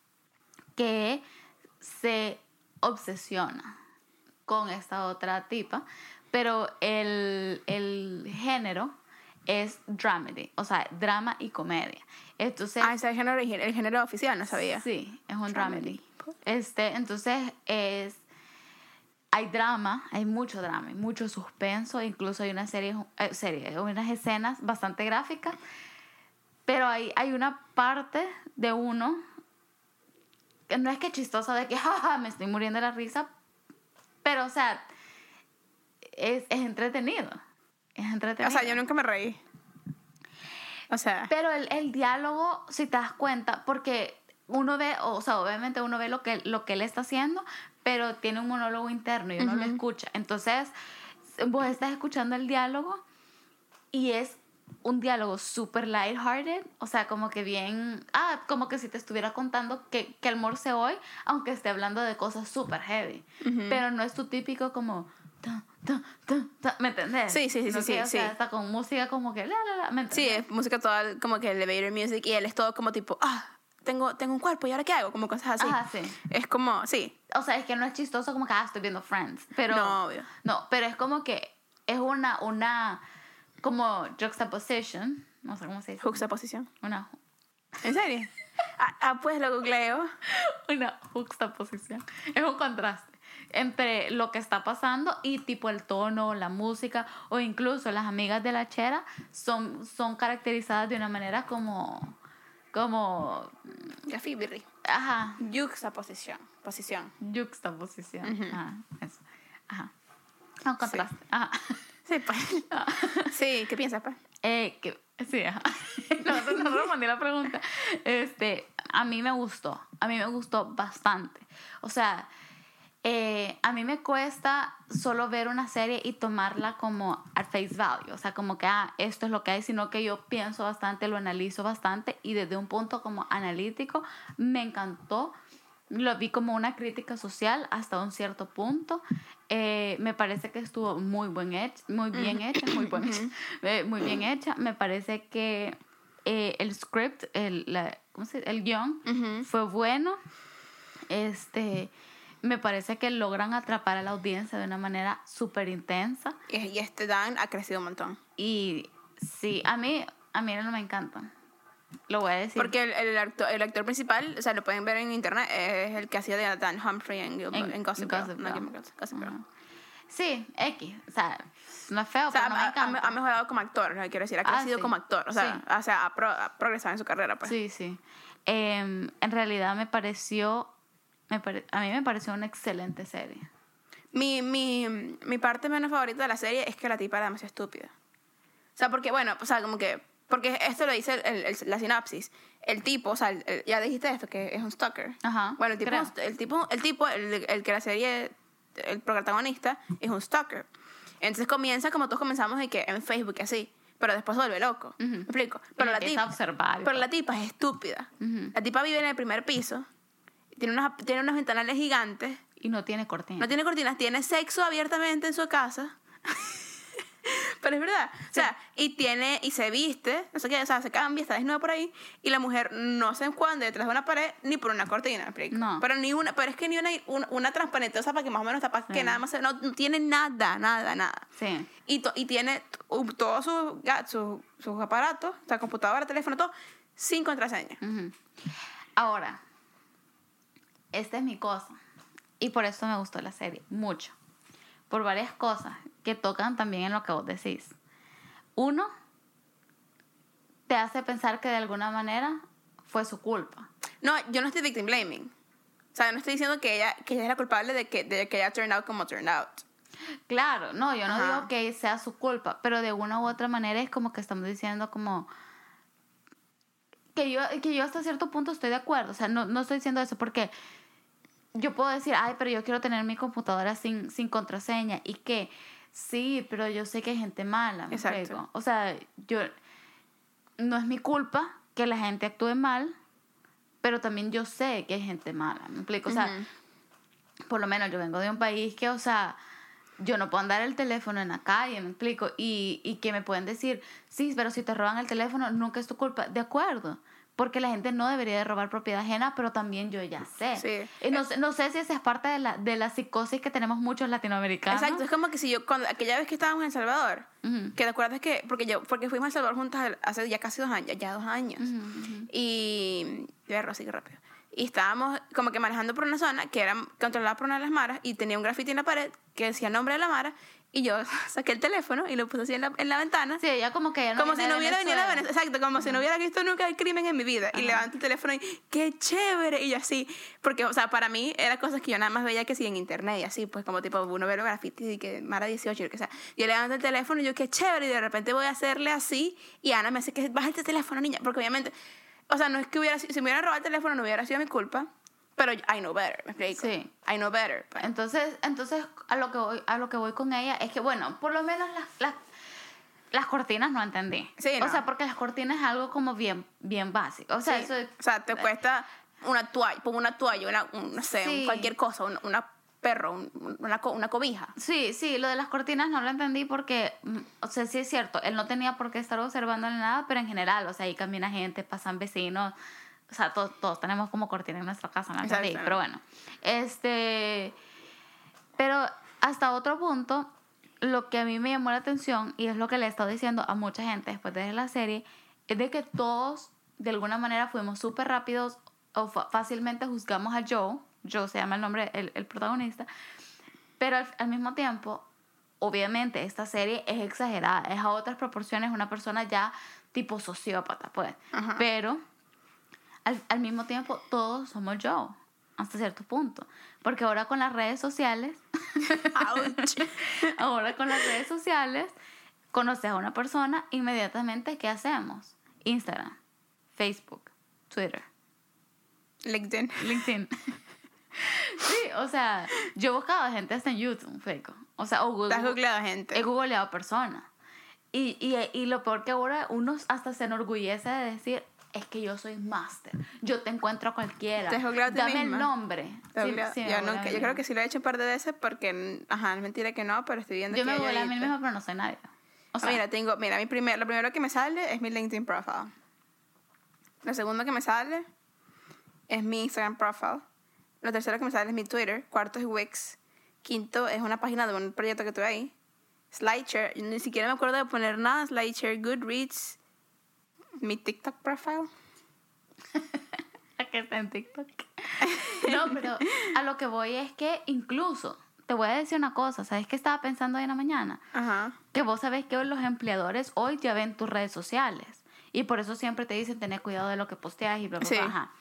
que se obsesiona con esta otra tipa, pero el género es dramedy, o sea, drama y comedia. Entonces, Ese es el género oficial, no sabía. sí, es un Dramedy. dramedy. Entonces hay drama, hay mucho drama, hay mucho suspenso, incluso hay una unas escenas bastante gráficas, pero hay una parte de uno que no es que chistosa de que jaja, me estoy muriendo de la risa, pero o sea, es entretenido. Es entretenido. O sea, yo nunca me reí. O sea, pero el diálogo, si te das cuenta, porque uno ve, o sea, obviamente uno ve lo que él está haciendo, pero tiene un monólogo interno y uno lo escucha. Entonces, vos estás escuchando el diálogo y es un diálogo súper lighthearted, o sea, como que bien, como que si te estuviera contando que almorcé hoy, aunque esté hablando de cosas súper heavy, pero no es tu típico como... ¿me entendés? Sí. O sea, está con música como que ¿me entendés? Sí, es música toda como que elevator music y él es todo como tipo, tengo un cuerpo y ahora qué hago, como cosas así. Sí. Es como, sí. O sea, es que no es chistoso como que estoy viendo Friends, pero No, obvio. No, pero es como que es una como juxtaposition, no sé cómo se dice. Juxtaposición. Una ¿En serio? Pues lo googleo. una juxtaposición. Es un contraste entre lo que está pasando y tipo el tono, la música o incluso las amigas de la chera son caracterizadas de una manera como Ya Birri. ajá, Juxtaposición. juxtaposición. Ajá, eso. Ajá. Un contraste. Sí. Ajá. Sí, pues. Sí, ¿qué piensas, pues? Sí, ajá. No respondí la pregunta. A mí me gustó bastante. O sea, a mí me cuesta solo ver una serie y tomarla como at face value, o sea, como que esto es lo que hay, sino que yo pienso bastante, lo analizo bastante y desde un punto como analítico me encantó. Lo vi como una crítica social hasta un cierto punto. Me parece que estuvo muy bien hecha. Muy bien hecha. Me parece que el script, ¿cómo se dice? El guión fue bueno. Me parece que logran atrapar a la audiencia de una manera súper intensa. Y Dan ha crecido un montón. Y sí, a mí no me encanta. Lo voy a decir. Porque el actor principal, o sea, lo pueden ver en internet, es el que hacía de Dan Humphrey en Gossip Girl. Sí, X. O sea, no es feo, o sea, pero no me encanta. ha mejorado como actor, lo que quiero decir. Ha crecido sí. como actor. O sea, Sí. ha progresado en su carrera, pues. Sí. En realidad a mí me pareció una excelente serie. Mi parte menos favorita de la serie es que la tipa era demasiado estúpida. O sea, porque, bueno, o sea, como que... Porque esto lo dice la sinopsis. El tipo, o sea, ya dijiste esto, que es un stalker. Ajá, Bueno, el que la serie, el protagonista, es un stalker. Entonces comienza como todos comenzamos en Facebook, así. Pero después se vuelve loco. ¿Me explico? Pero la tipa es estúpida. La tipa vive en el primer piso. Tiene unos ventanales gigantes. Y no tiene cortinas. No tiene cortinas. Tiene sexo abiertamente en su casa. Pero es verdad. Sí. O sea, y se viste, no sé qué, o sea, se cambia, está desnuda por ahí, y la mujer no se esconde detrás de una pared ni por una cortina, ¿me explico? No. Pero es que ni una transparentosa para que más o menos tapa, que nada más no tiene nada. Sí. Y tiene todos sus aparatos, o sea, computadora, teléfono, todo, sin contraseña. Ahora, esta es mi cosa. Y por eso me gustó la serie, mucho. Por varias cosas que tocan también en lo que vos decís. Uno, te hace pensar que de alguna manera fue su culpa. No, yo no estoy victim blaming. O sea, no estoy diciendo que ella es la culpable de que ella turned out como turned out. Claro, no, yo no digo que sea su culpa, pero de una u otra manera es como que estamos diciendo como... Que yo hasta cierto punto estoy de acuerdo. O sea, no estoy diciendo eso porque... Yo puedo decir, pero yo quiero tener mi computadora sin contraseña. Y que sí, pero yo sé que hay gente mala. ¿Me explico? O sea, no es mi culpa que la gente actúe mal, pero también yo sé que hay gente mala. ¿Me explico? O sea, por lo menos yo vengo de un país que, o sea, yo no puedo andar el teléfono en la calle, ¿me explico? Y que me pueden decir, sí, pero si te roban el teléfono, nunca es tu culpa. De acuerdo. Porque la gente no debería de robar propiedad ajena, pero también yo ya sé. Sí. Y no sé si esa es parte de la psicosis que tenemos muchos latinoamericanos. Exacto, es como que si aquella vez que estábamos en El Salvador, que te acuerdas que, porque fuimos a El Salvador juntas hace ya casi 2 años, Y, verlo así que rápido. y estábamos como que manejando por una zona que era controlada por una de las maras y tenía un graffiti en la pared que decía el nombre de la mara y yo saqué el teléfono y lo puse así en la ventana. Sí, ella como que ya no Como si viene no de hubiera venido a Venezuela. Venezuela. Exacto, como si no hubiera visto nunca el crimen en mi vida. Y levanto el teléfono y ¡qué chévere! Y yo así, porque, o sea, para mí eran cosas que yo nada más veía que sí en internet y así, pues como tipo uno ve los grafitis y que Mara 18 y lo que sea. Yo levanto el teléfono y yo ¡qué chévere! Y de repente voy a hacerle así y Ana me hace que baja el teléfono, niña. Porque obviamente, o sea, no es que si me hubieran robado el teléfono no hubiera sido mi culpa. Pero I know better, ¿me explico? Sí. I know better. Pues. Entonces a lo que voy con ella es que, bueno, por lo menos las cortinas no entendí. Sí, O no. sea, porque las cortinas es algo como bien básico. O sea, Sí. eso es, O sea, te cuesta una toalla, pongo una toalla, no sé, Sí. cualquier cosa, una perro, una cobija. Sí, lo de las cortinas no lo entendí porque, o sea, sí es cierto, él no tenía por qué estar observándole nada, pero en general, o sea, ahí camina gente, pasan vecinos, o sea, todos tenemos como cortina en nuestra casa, no lo entendí, Exacto. pero bueno. Pero hasta otro punto, lo que a mí me llamó la atención, y es lo que le he estado diciendo a mucha gente después de ver la serie, es de que todos, de alguna manera, fuimos súper rápidos o fácilmente juzgamos a Joe se llama el nombre, el protagonista, pero al mismo tiempo, obviamente, esta serie es exagerada, es a otras proporciones una persona ya tipo sociópata, pues. Ajá. Pero al mismo tiempo, todos somos Joe, hasta cierto punto. Porque ahora con las redes sociales, conoces a una persona, inmediatamente, ¿qué hacemos? Instagram, Facebook, Twitter, LinkedIn. Sí, o sea, yo buscaba gente hasta en YouTube, feco. O sea, o ¿Te has googleado gente? he googleado personas. Y lo peor que ahora uno hasta se enorgullece de decir, es que yo soy máster. Yo te encuentro a cualquiera. ¿Te has googleado a ti Dame misma? el nombre. ¿Te has Sí, googleado? sí, me Yo, googleé a nunca, mí yo creo misma. que sí lo he hecho un par de veces porque, ajá, es mentira que no, pero estoy viendo Yo que me hay googleé a mí ahorita. misma, pero no soy nadie. O sea, Lo primero que me sale es mi LinkedIn profile. Lo segundo que me sale es mi Instagram profile. Lo tercero que me sale es mi Twitter. Cuarto es Wix. Quinto es una página de un proyecto que tuve ahí. SlideShare. Ni siquiera me acuerdo de poner nada. SlideShare, Goodreads. Mi TikTok profile. que está en TikTok. No, pero a lo que voy es que incluso, te voy a decir una cosa, ¿sabes qué estaba pensando hoy en la mañana? Ajá. Que vos sabés que los empleadores hoy ya ven tus redes sociales y por eso siempre te dicen tener cuidado de lo que posteas y bla, bla, Sí. bla. Ajá.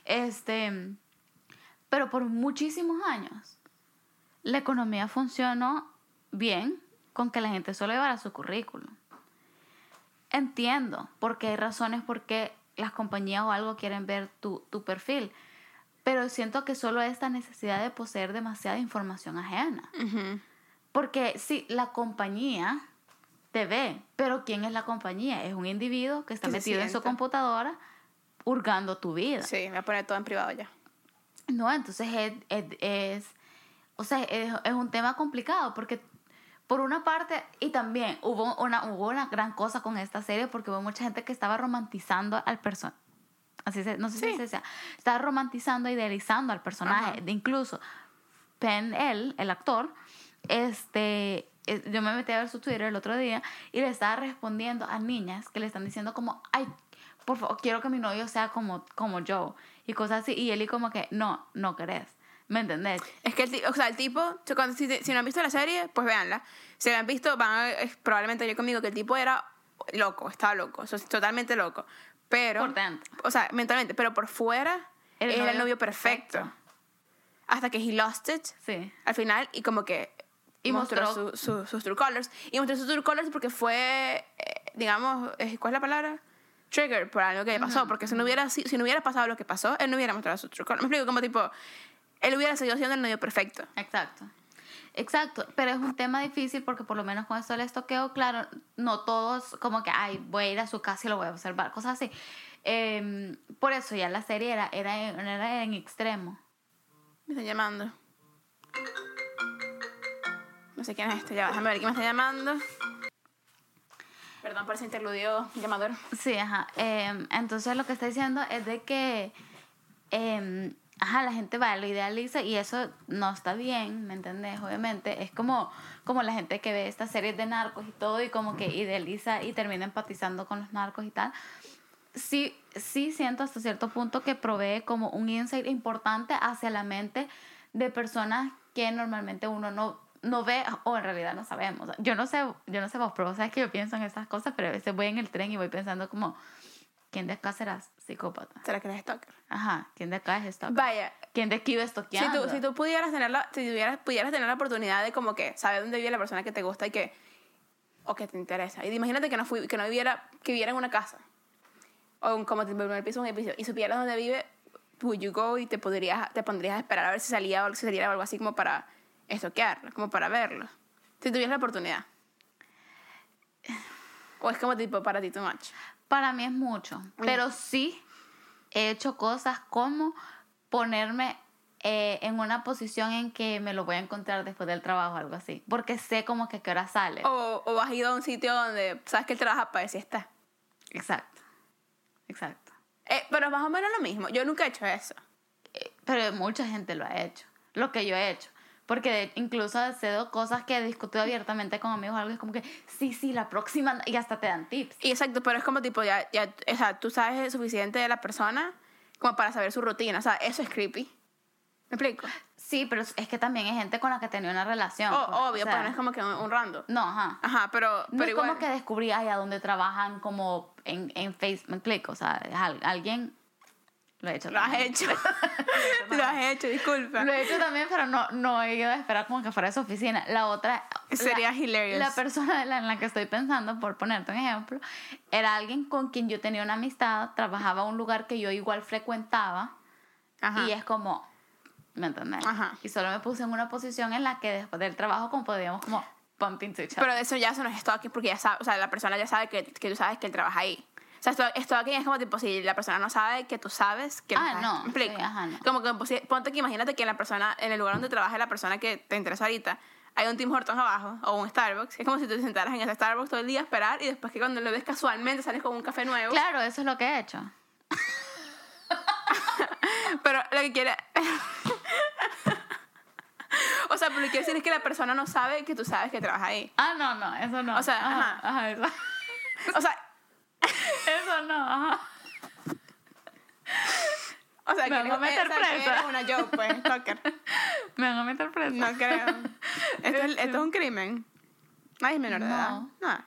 Pero por muchísimos años la economía funcionó bien con que la gente solo llevara su currículum. Entiendo porque hay razones por qué las compañías o algo quieren ver tu perfil, pero siento que solo esta necesidad de poseer demasiada información ajena. Ujú. Porque sí, la compañía te ve, pero ¿quién es la compañía? Es un individuo que está Que se metido en su sienta. computadora hurgando tu vida. Sí, me voy a poner todo en privado ya. No, entonces o sea, es un tema complicado porque por una parte, y también hubo una gran cosa con esta serie porque hubo mucha gente que estaba romantizando al personaje. No sé Sí. si se decía. Estaba romantizando, idealizando al personaje. Ajá. Incluso Penn, el actor, yo me metí a ver su Twitter el otro día y le estaba respondiendo a niñas que le están diciendo como, ay, por favor, quiero que mi novio sea como Joe y cosas así. Y él y como que, no querés. ¿Me entendés? Es que el tipo, si no han visto la serie, pues véanla. Si la han visto, probablemente yo conmigo que el tipo era loco, estaba loco, totalmente loco. Pero, Por dentro. o sea, mentalmente, pero por fuera era el novio perfecto. perfecto. Hasta que he lost it Sí. al final y como que Y mostró sus true colors. Y mostró sus true colors porque fue, digamos, ¿cuál es la palabra? Trigger por algo que le pasó. Porque si no hubiera pasado lo que pasó, él no hubiera mostrado sus true colors. Me explico, como tipo, él hubiera seguido siendo el novio perfecto. Exacto, pero es un tema difícil porque por lo menos con esto les toqueo, claro, no todos como que, ay, voy a ir a su casa y lo voy a observar, cosas así. Por eso ya la serie era en extremo. Me están llamando. No sé quién es este, ya, déjame ver quién me está llamando. Perdón por ese interludio llamador. Sí, ajá. Entonces lo que está diciendo es de que la gente va, lo idealiza y eso no está bien, ¿me entendés? Obviamente es como la gente que ve estas series de narcos y todo y como que idealiza y termina empatizando con los narcos y tal. sí siento hasta cierto punto que provee como un insight importante hacia la mente de personas que normalmente uno no ve o en realidad no sabemos. Yo no sé vos, pero sabes que yo pienso en esas cosas, pero a veces voy en el tren y voy pensando como, ¿quién de acá será psicópata? ¿Será que eres stalker? Ajá, ¿quién de acá es stalker? Vaya, ¿Quién de aquí va estoqueando? si tú pudieras tener pudieras tener la oportunidad de como que saber dónde vive la persona que te gusta o que te interesa. Y imagínate que que viviera en una casa. O como el primer piso, un edificio. Y supieras dónde vive, would you go y te pondrías a esperar a ver si salía o si saliera algo así como para estoquearlo, como para verlo. Si tuvieras la oportunidad. O es como tipo para ti too much. Para mí es mucho, pero sí he hecho cosas como ponerme en una posición en que me lo voy a encontrar después del trabajo o algo así, porque sé como que a qué hora sale. O has ido a un sitio donde sabes que él trabaja para ver si está. Exacto. Pero es más o menos lo mismo. Yo nunca he hecho eso. Pero mucha gente lo ha hecho, lo que yo he hecho. Porque incluso he sido cosas que he discutido abiertamente con amigos, algo es como que, sí, la próxima, y hasta te dan tips. Y exacto, pero es como tipo, o sea, tú sabes suficiente de la persona como para saber su rutina. O sea, eso es creepy. ¿Me explico? Sí, pero es que también hay gente con la que tenía una relación. Obvio, o sea, pero no es como que un random. No, ajá. Ajá, pero No es igual. como que descubrí a dónde trabajan como en Facebook, me explico. O sea, alguien lo ha hecho. Lo has también. hecho. Lo has hecho, disculpa. Lo he hecho también, pero no he ido a esperar como que fuera de su oficina. La otra... Sería hilarious. La persona en la que estoy pensando, por ponerte un ejemplo, era alguien con quien yo tenía una amistad, trabajaba en un lugar que yo igual frecuentaba. Ajá. Y es como... ¿Me entiendes? Ajá. Y solo me puse en una posición en la que después del trabajo como podíamos como bump into each other. Pero de eso no es stalking porque ya sabe, o sea, la persona ya sabe que tú sabes que él trabaja ahí. O sea, stalking es como tipo si la persona no sabe que tú sabes que no. ¿Me explico? Sí, ajá, no. Como que ponte que imagínate que en el lugar donde trabaja la persona que te interesa ahorita, hay un Tim Hortons abajo o un Starbucks. Es como si tú te sentaras en ese Starbucks todo el día a esperar y después que cuando lo ves casualmente sales con un café nuevo. Claro, eso es lo que he hecho. Pero lo que quiere... O sea, pero lo que quiere decir es que la persona no sabe que tú sabes que trabaja ahí. No, eso no. O sea, ajá, eso. O sea... Eso no, ajá. O sea, Me van a meter que presa. eres una joke, pues, stalker. Me van a meter presa. No creo. Esto es un crimen. Nadie es menor de edad.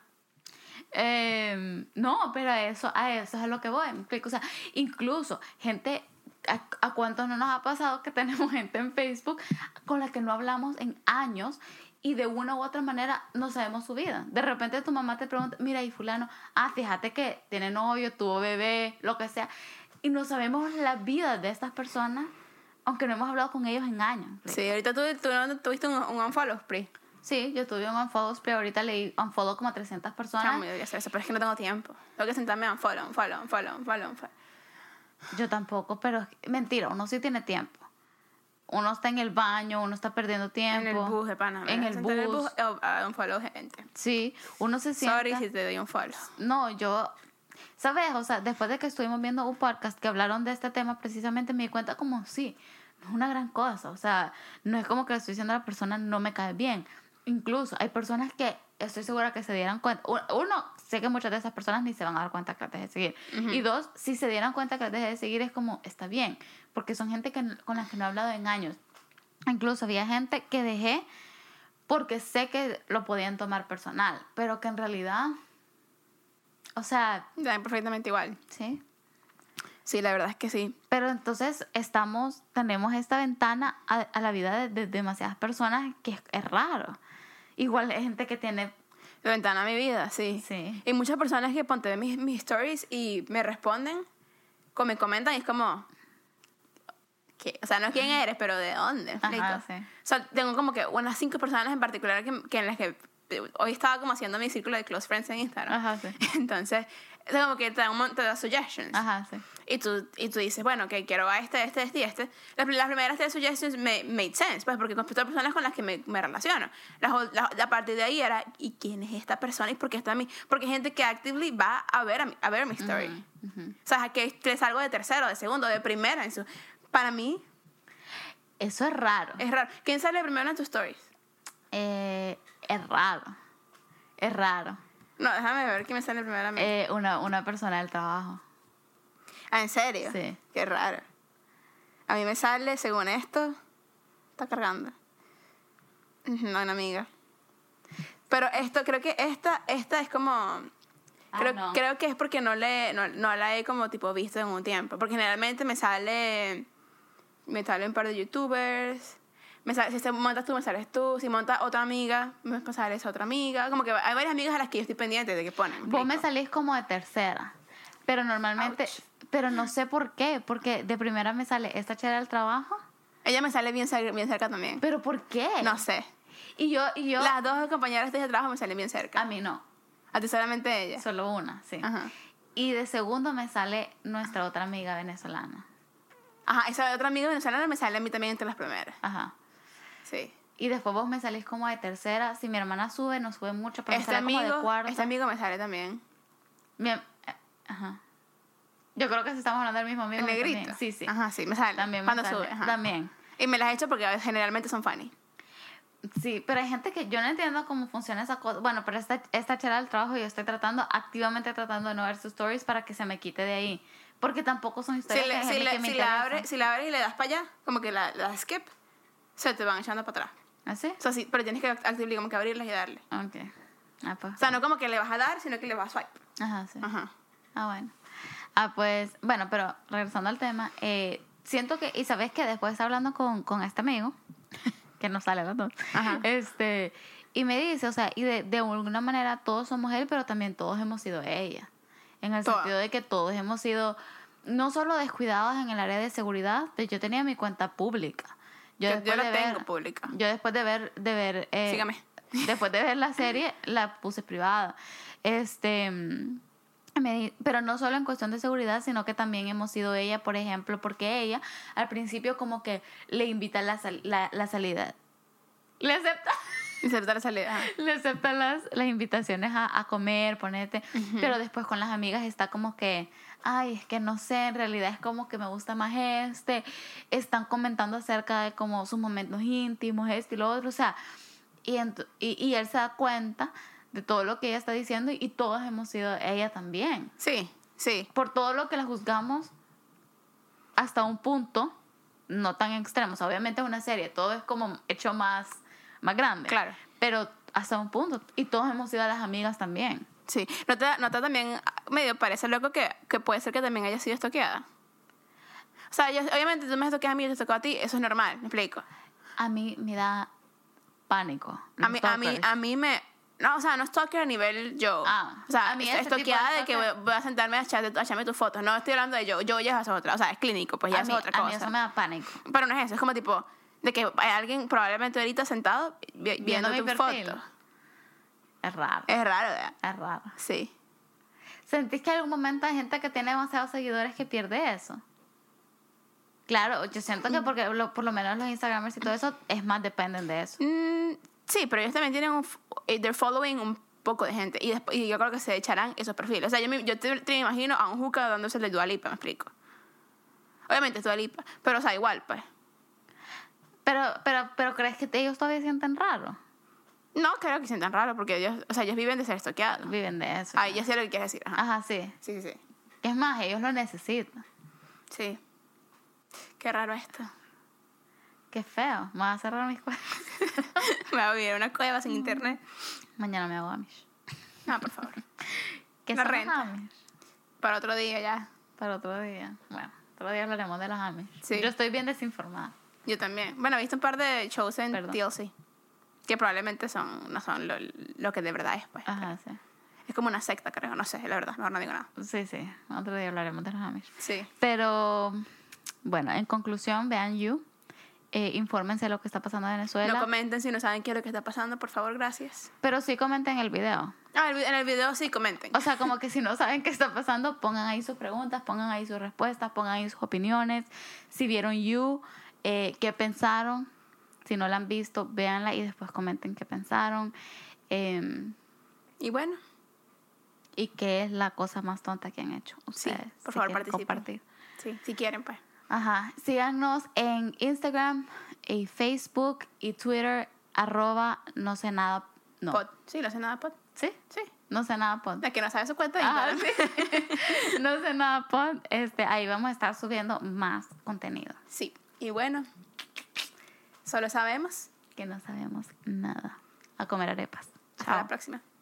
No. No, pero a eso es a lo que voy, me explico. O sea, incluso gente, ¿a cuántos no nos ha pasado que tenemos gente en Facebook con la que no hablamos en años y de una u otra manera no sabemos su vida? De repente tu mamá te pregunta, mira, y fulano, fíjate que tiene novio, tuvo bebé, lo que sea, y no sabemos la vida de estas personas, aunque no hemos hablado con ellos en años. Sí, ahorita tú tuviste un unfollow spree. Sí, yo tuve un unfollow spree, ahorita leí unfollow como a 300 personas. Chamo, yo debería hacer eso, pero es que no tengo tiempo. Tengo que sentarme a unfollow. Yo tampoco, pero mentira, uno sí tiene tiempo. Uno está en el baño, uno está perdiendo tiempo. En el bus de Panamá. En el bus. A unfollow gente. Sí, uno se sienta... Sorry si te doy un follow. No, yo... ¿Sabes? O sea, después de que estuvimos viendo un podcast que hablaron de este tema, precisamente me di cuenta como, sí, no es una gran cosa. O sea, no es como que le estoy diciendo a la persona no me cae bien. Incluso hay personas que estoy segura que se dieran cuenta. Uno, sé que muchas de esas personas ni se van a dar cuenta que las dejé de seguir. Uh-huh. Y dos, si se dieran cuenta que las dejé de seguir es como, está bien. Porque son gente con la que no he hablado en años. Incluso había gente que dejé porque sé que lo podían tomar personal. Pero que en realidad... O sea... Ya, perfectamente igual. Sí. Sí, la verdad es que sí. Pero entonces tenemos esta ventana a la vida de demasiadas personas que es raro. Igual hay gente que tiene... La ventana a mi vida, sí. Sí. Y muchas personas que ponte mis stories y me responden, me comentan y es como... ¿qué? O sea, no quién eres, pero ¿de dónde? Ajá, sí. O sea, tengo como que unas 5 personas en particular que en las que... Hoy estaba como haciendo mi círculo de close friends en Instagram. Ajá, sí. Entonces, es como que te da suggestions. Ajá, sí. Y tú dices, bueno, que quiero a este y este. Las primeras 3 suggestions made sense, pues, porque con todas personas con las que me relaciono. La parte de ahí era, ¿y quién es esta persona? ¿Y por qué está a mí? Porque hay gente que actively va a ver mi story. Uh-huh. O sea, que les salgo de tercero, de segundo, de primera. Para mí, Eso es raro. es raro. ¿Quién sale primero en tus stories? Es raro. Es raro. No, déjame ver quién me sale primero a mí. Una persona del trabajo. Ah, ¿en serio? Sí. Qué raro. A mí me sale, según esto, está cargando. No, una amiga. Pero esto, creo que esta es como... No. Creo que es porque no la he como tipo visto en un tiempo. Porque generalmente me sale un par de youtubers. Si te montas tú, me sales tú. Si montas otra amiga, me sales otra amiga. Como que hay varias amigas a las que yo estoy pendiente de que ponen. Vos me salís como de tercera. Pero normalmente... Ouch. Pero no sé por qué. Porque de primera me sale esta chera del trabajo. Ella me sale bien cerca también. ¿Pero por qué? No sé. Y yo... Las dos compañeras de trabajo me salen bien cerca. A mí no. A ti solamente ella. Solo una, sí. Ajá. Y de segundo me sale nuestra otra amiga venezolana. Ajá, esa otra amiga venezolana me sale a mí también entre las primeras. Ajá. Sí. Y después vos me salís como de tercera. Si mi hermana sube, no sube mucho, pero me sale como de cuarta. Este amigo me sale también. Ajá. Yo creo que si estamos hablando del mismo amigo. El negrito. También. Sí, sí. Ajá, sí, me sale. También me Cuando sale. sube. Ajá. También. Y me las he hecho porque generalmente son funny. Sí, pero hay gente que yo no entiendo cómo funciona esa cosa. Bueno, pero esta chera del trabajo yo estoy activamente tratando de no ver sus stories para que se me quite de ahí. Porque tampoco son historias que me Si la abres y le das para allá, como que la skip, se te van echando para atrás. ¿Ah, sí? O sea, sí, pero tienes que activarle, como que abrirlas y darle. Ok. Ah, pues. O sea, no como que le vas a dar, sino que le vas a swipe. Ajá, sí. Ajá. Ah, bueno. Ah, pues, bueno, pero regresando al tema, siento que, y sabes que después de estar hablando con este amigo, que nos sale a los dos, Ajá. y me dice, o sea, y de alguna manera todos somos él, pero también todos hemos sido ella. En el Todas. sentido de que todos hemos sido, no solo descuidados en el área de seguridad, pero yo tenía mi cuenta pública. Yo después la de tengo pública. Yo después de ver Sígame. después de ver la serie, la puse privada. Pero no solo en cuestión de seguridad, sino que también hemos sido ella, por ejemplo, porque ella al principio como que le invita la salida. Le acepta. Aceptar la salida. Ajá. Le acepta las invitaciones a comer, ponete. Pero después con las amigas está como que, ay, es que no sé, en realidad es como que me gusta más están comentando acerca de como sus momentos íntimos, y lo otro, o sea, y él se da cuenta de todo lo que ella está diciendo y todos hemos sido ella también. Sí, sí. Por todo lo que la juzgamos hasta un punto, no tan extremo. O sea, obviamente es una serie, todo es como hecho más grande. Claro. Pero hasta un punto. Y todos hemos sido las amigas también. Sí. ¿Nota también, medio parece loco que puede ser que también haya sido estoqueada? O sea, obviamente tú me estoqueas a mí y yo te estoqueo a ti, eso es normal, me explico. A mí me da pánico. A mí me... No, o sea, no stalker a nivel yo. O sea, a mí ese estoqueada tipo de que voy a sentarme a echarme tus fotos. No estoy hablando de yo. Yo ya es otra. O sea, es clínico, pues ya es otra cosa. A mí eso me da pánico. Pero no es eso, es como tipo... De que hay alguien probablemente ahorita sentado viendo mi tu perfil. foto. Es raro. Es raro, ¿verdad? Es raro. Sí. ¿Sentís que en algún momento hay gente que tiene demasiados seguidores que pierde eso? Claro, yo siento que porque por lo menos los Instagramers y todo eso es más dependen de eso. Sí, pero ellos también tienen they're following un poco de gente. Y yo creo que se echarán esos perfiles. O sea, yo te imagino a un juca dándose el de Dua Lipa, me explico. Obviamente es Dua Lipa. Pero, o sea, igual, pues. Pero ¿crees que ellos todavía sienten raro? No creo que sientan raro porque ellos viven de ser estoqueados. Viven de eso. Ay, ya sé lo que quieres decir. Ajá. Ajá, sí. Sí. Es más, ellos lo necesitan. Sí. Qué raro esto. Qué feo. Me voy a cerrar mis cuentas. Me voy a vivir en una cueva sin internet. Mañana me hago Amish. No, por favor. ¿Qué La son los renta. Amish? Para otro día ya. Para otro día. Bueno, otro día hablaremos de los Amish. Sí. Yo estoy bien desinformada. Yo también. Bueno, he visto un par de shows en Perdón. TLC. Que probablemente no son lo que de verdad es, pues. Ajá, sí. Es como una secta, creo. No sé, la verdad. Mejor no digo nada. Sí. Otro día hablaremos de los Amish. Sí. Pero, bueno, en conclusión, vean You. Infórmense de lo que está pasando en Venezuela. No comenten si no saben qué es lo que está pasando, por favor, gracias. Pero sí comenten el video. En el video sí comenten. O sea, como que si no saben qué está pasando, pongan ahí sus preguntas, pongan ahí sus respuestas, pongan ahí sus opiniones. Si vieron You, qué pensaron. Si no la han visto, véanla y después comenten qué pensaron. Y bueno, Y qué es la cosa más tonta que han hecho sí, ustedes. por si favor, quieren participen. compartir. Sí, si quieren, pues. Ajá. Síganos en Instagram, y Facebook y Twitter, @no sé nada. No. Pod. Sí, lo hace nada pod. ¿Sí? Sí. No sé nada pod. La que no sabe su cuenta de Ah, Instagram. sí. No sé nada pod. Ahí vamos a estar subiendo más contenido. Sí. Y bueno, solo sabemos. Que no sabemos nada. A comer arepas. Hasta la próxima.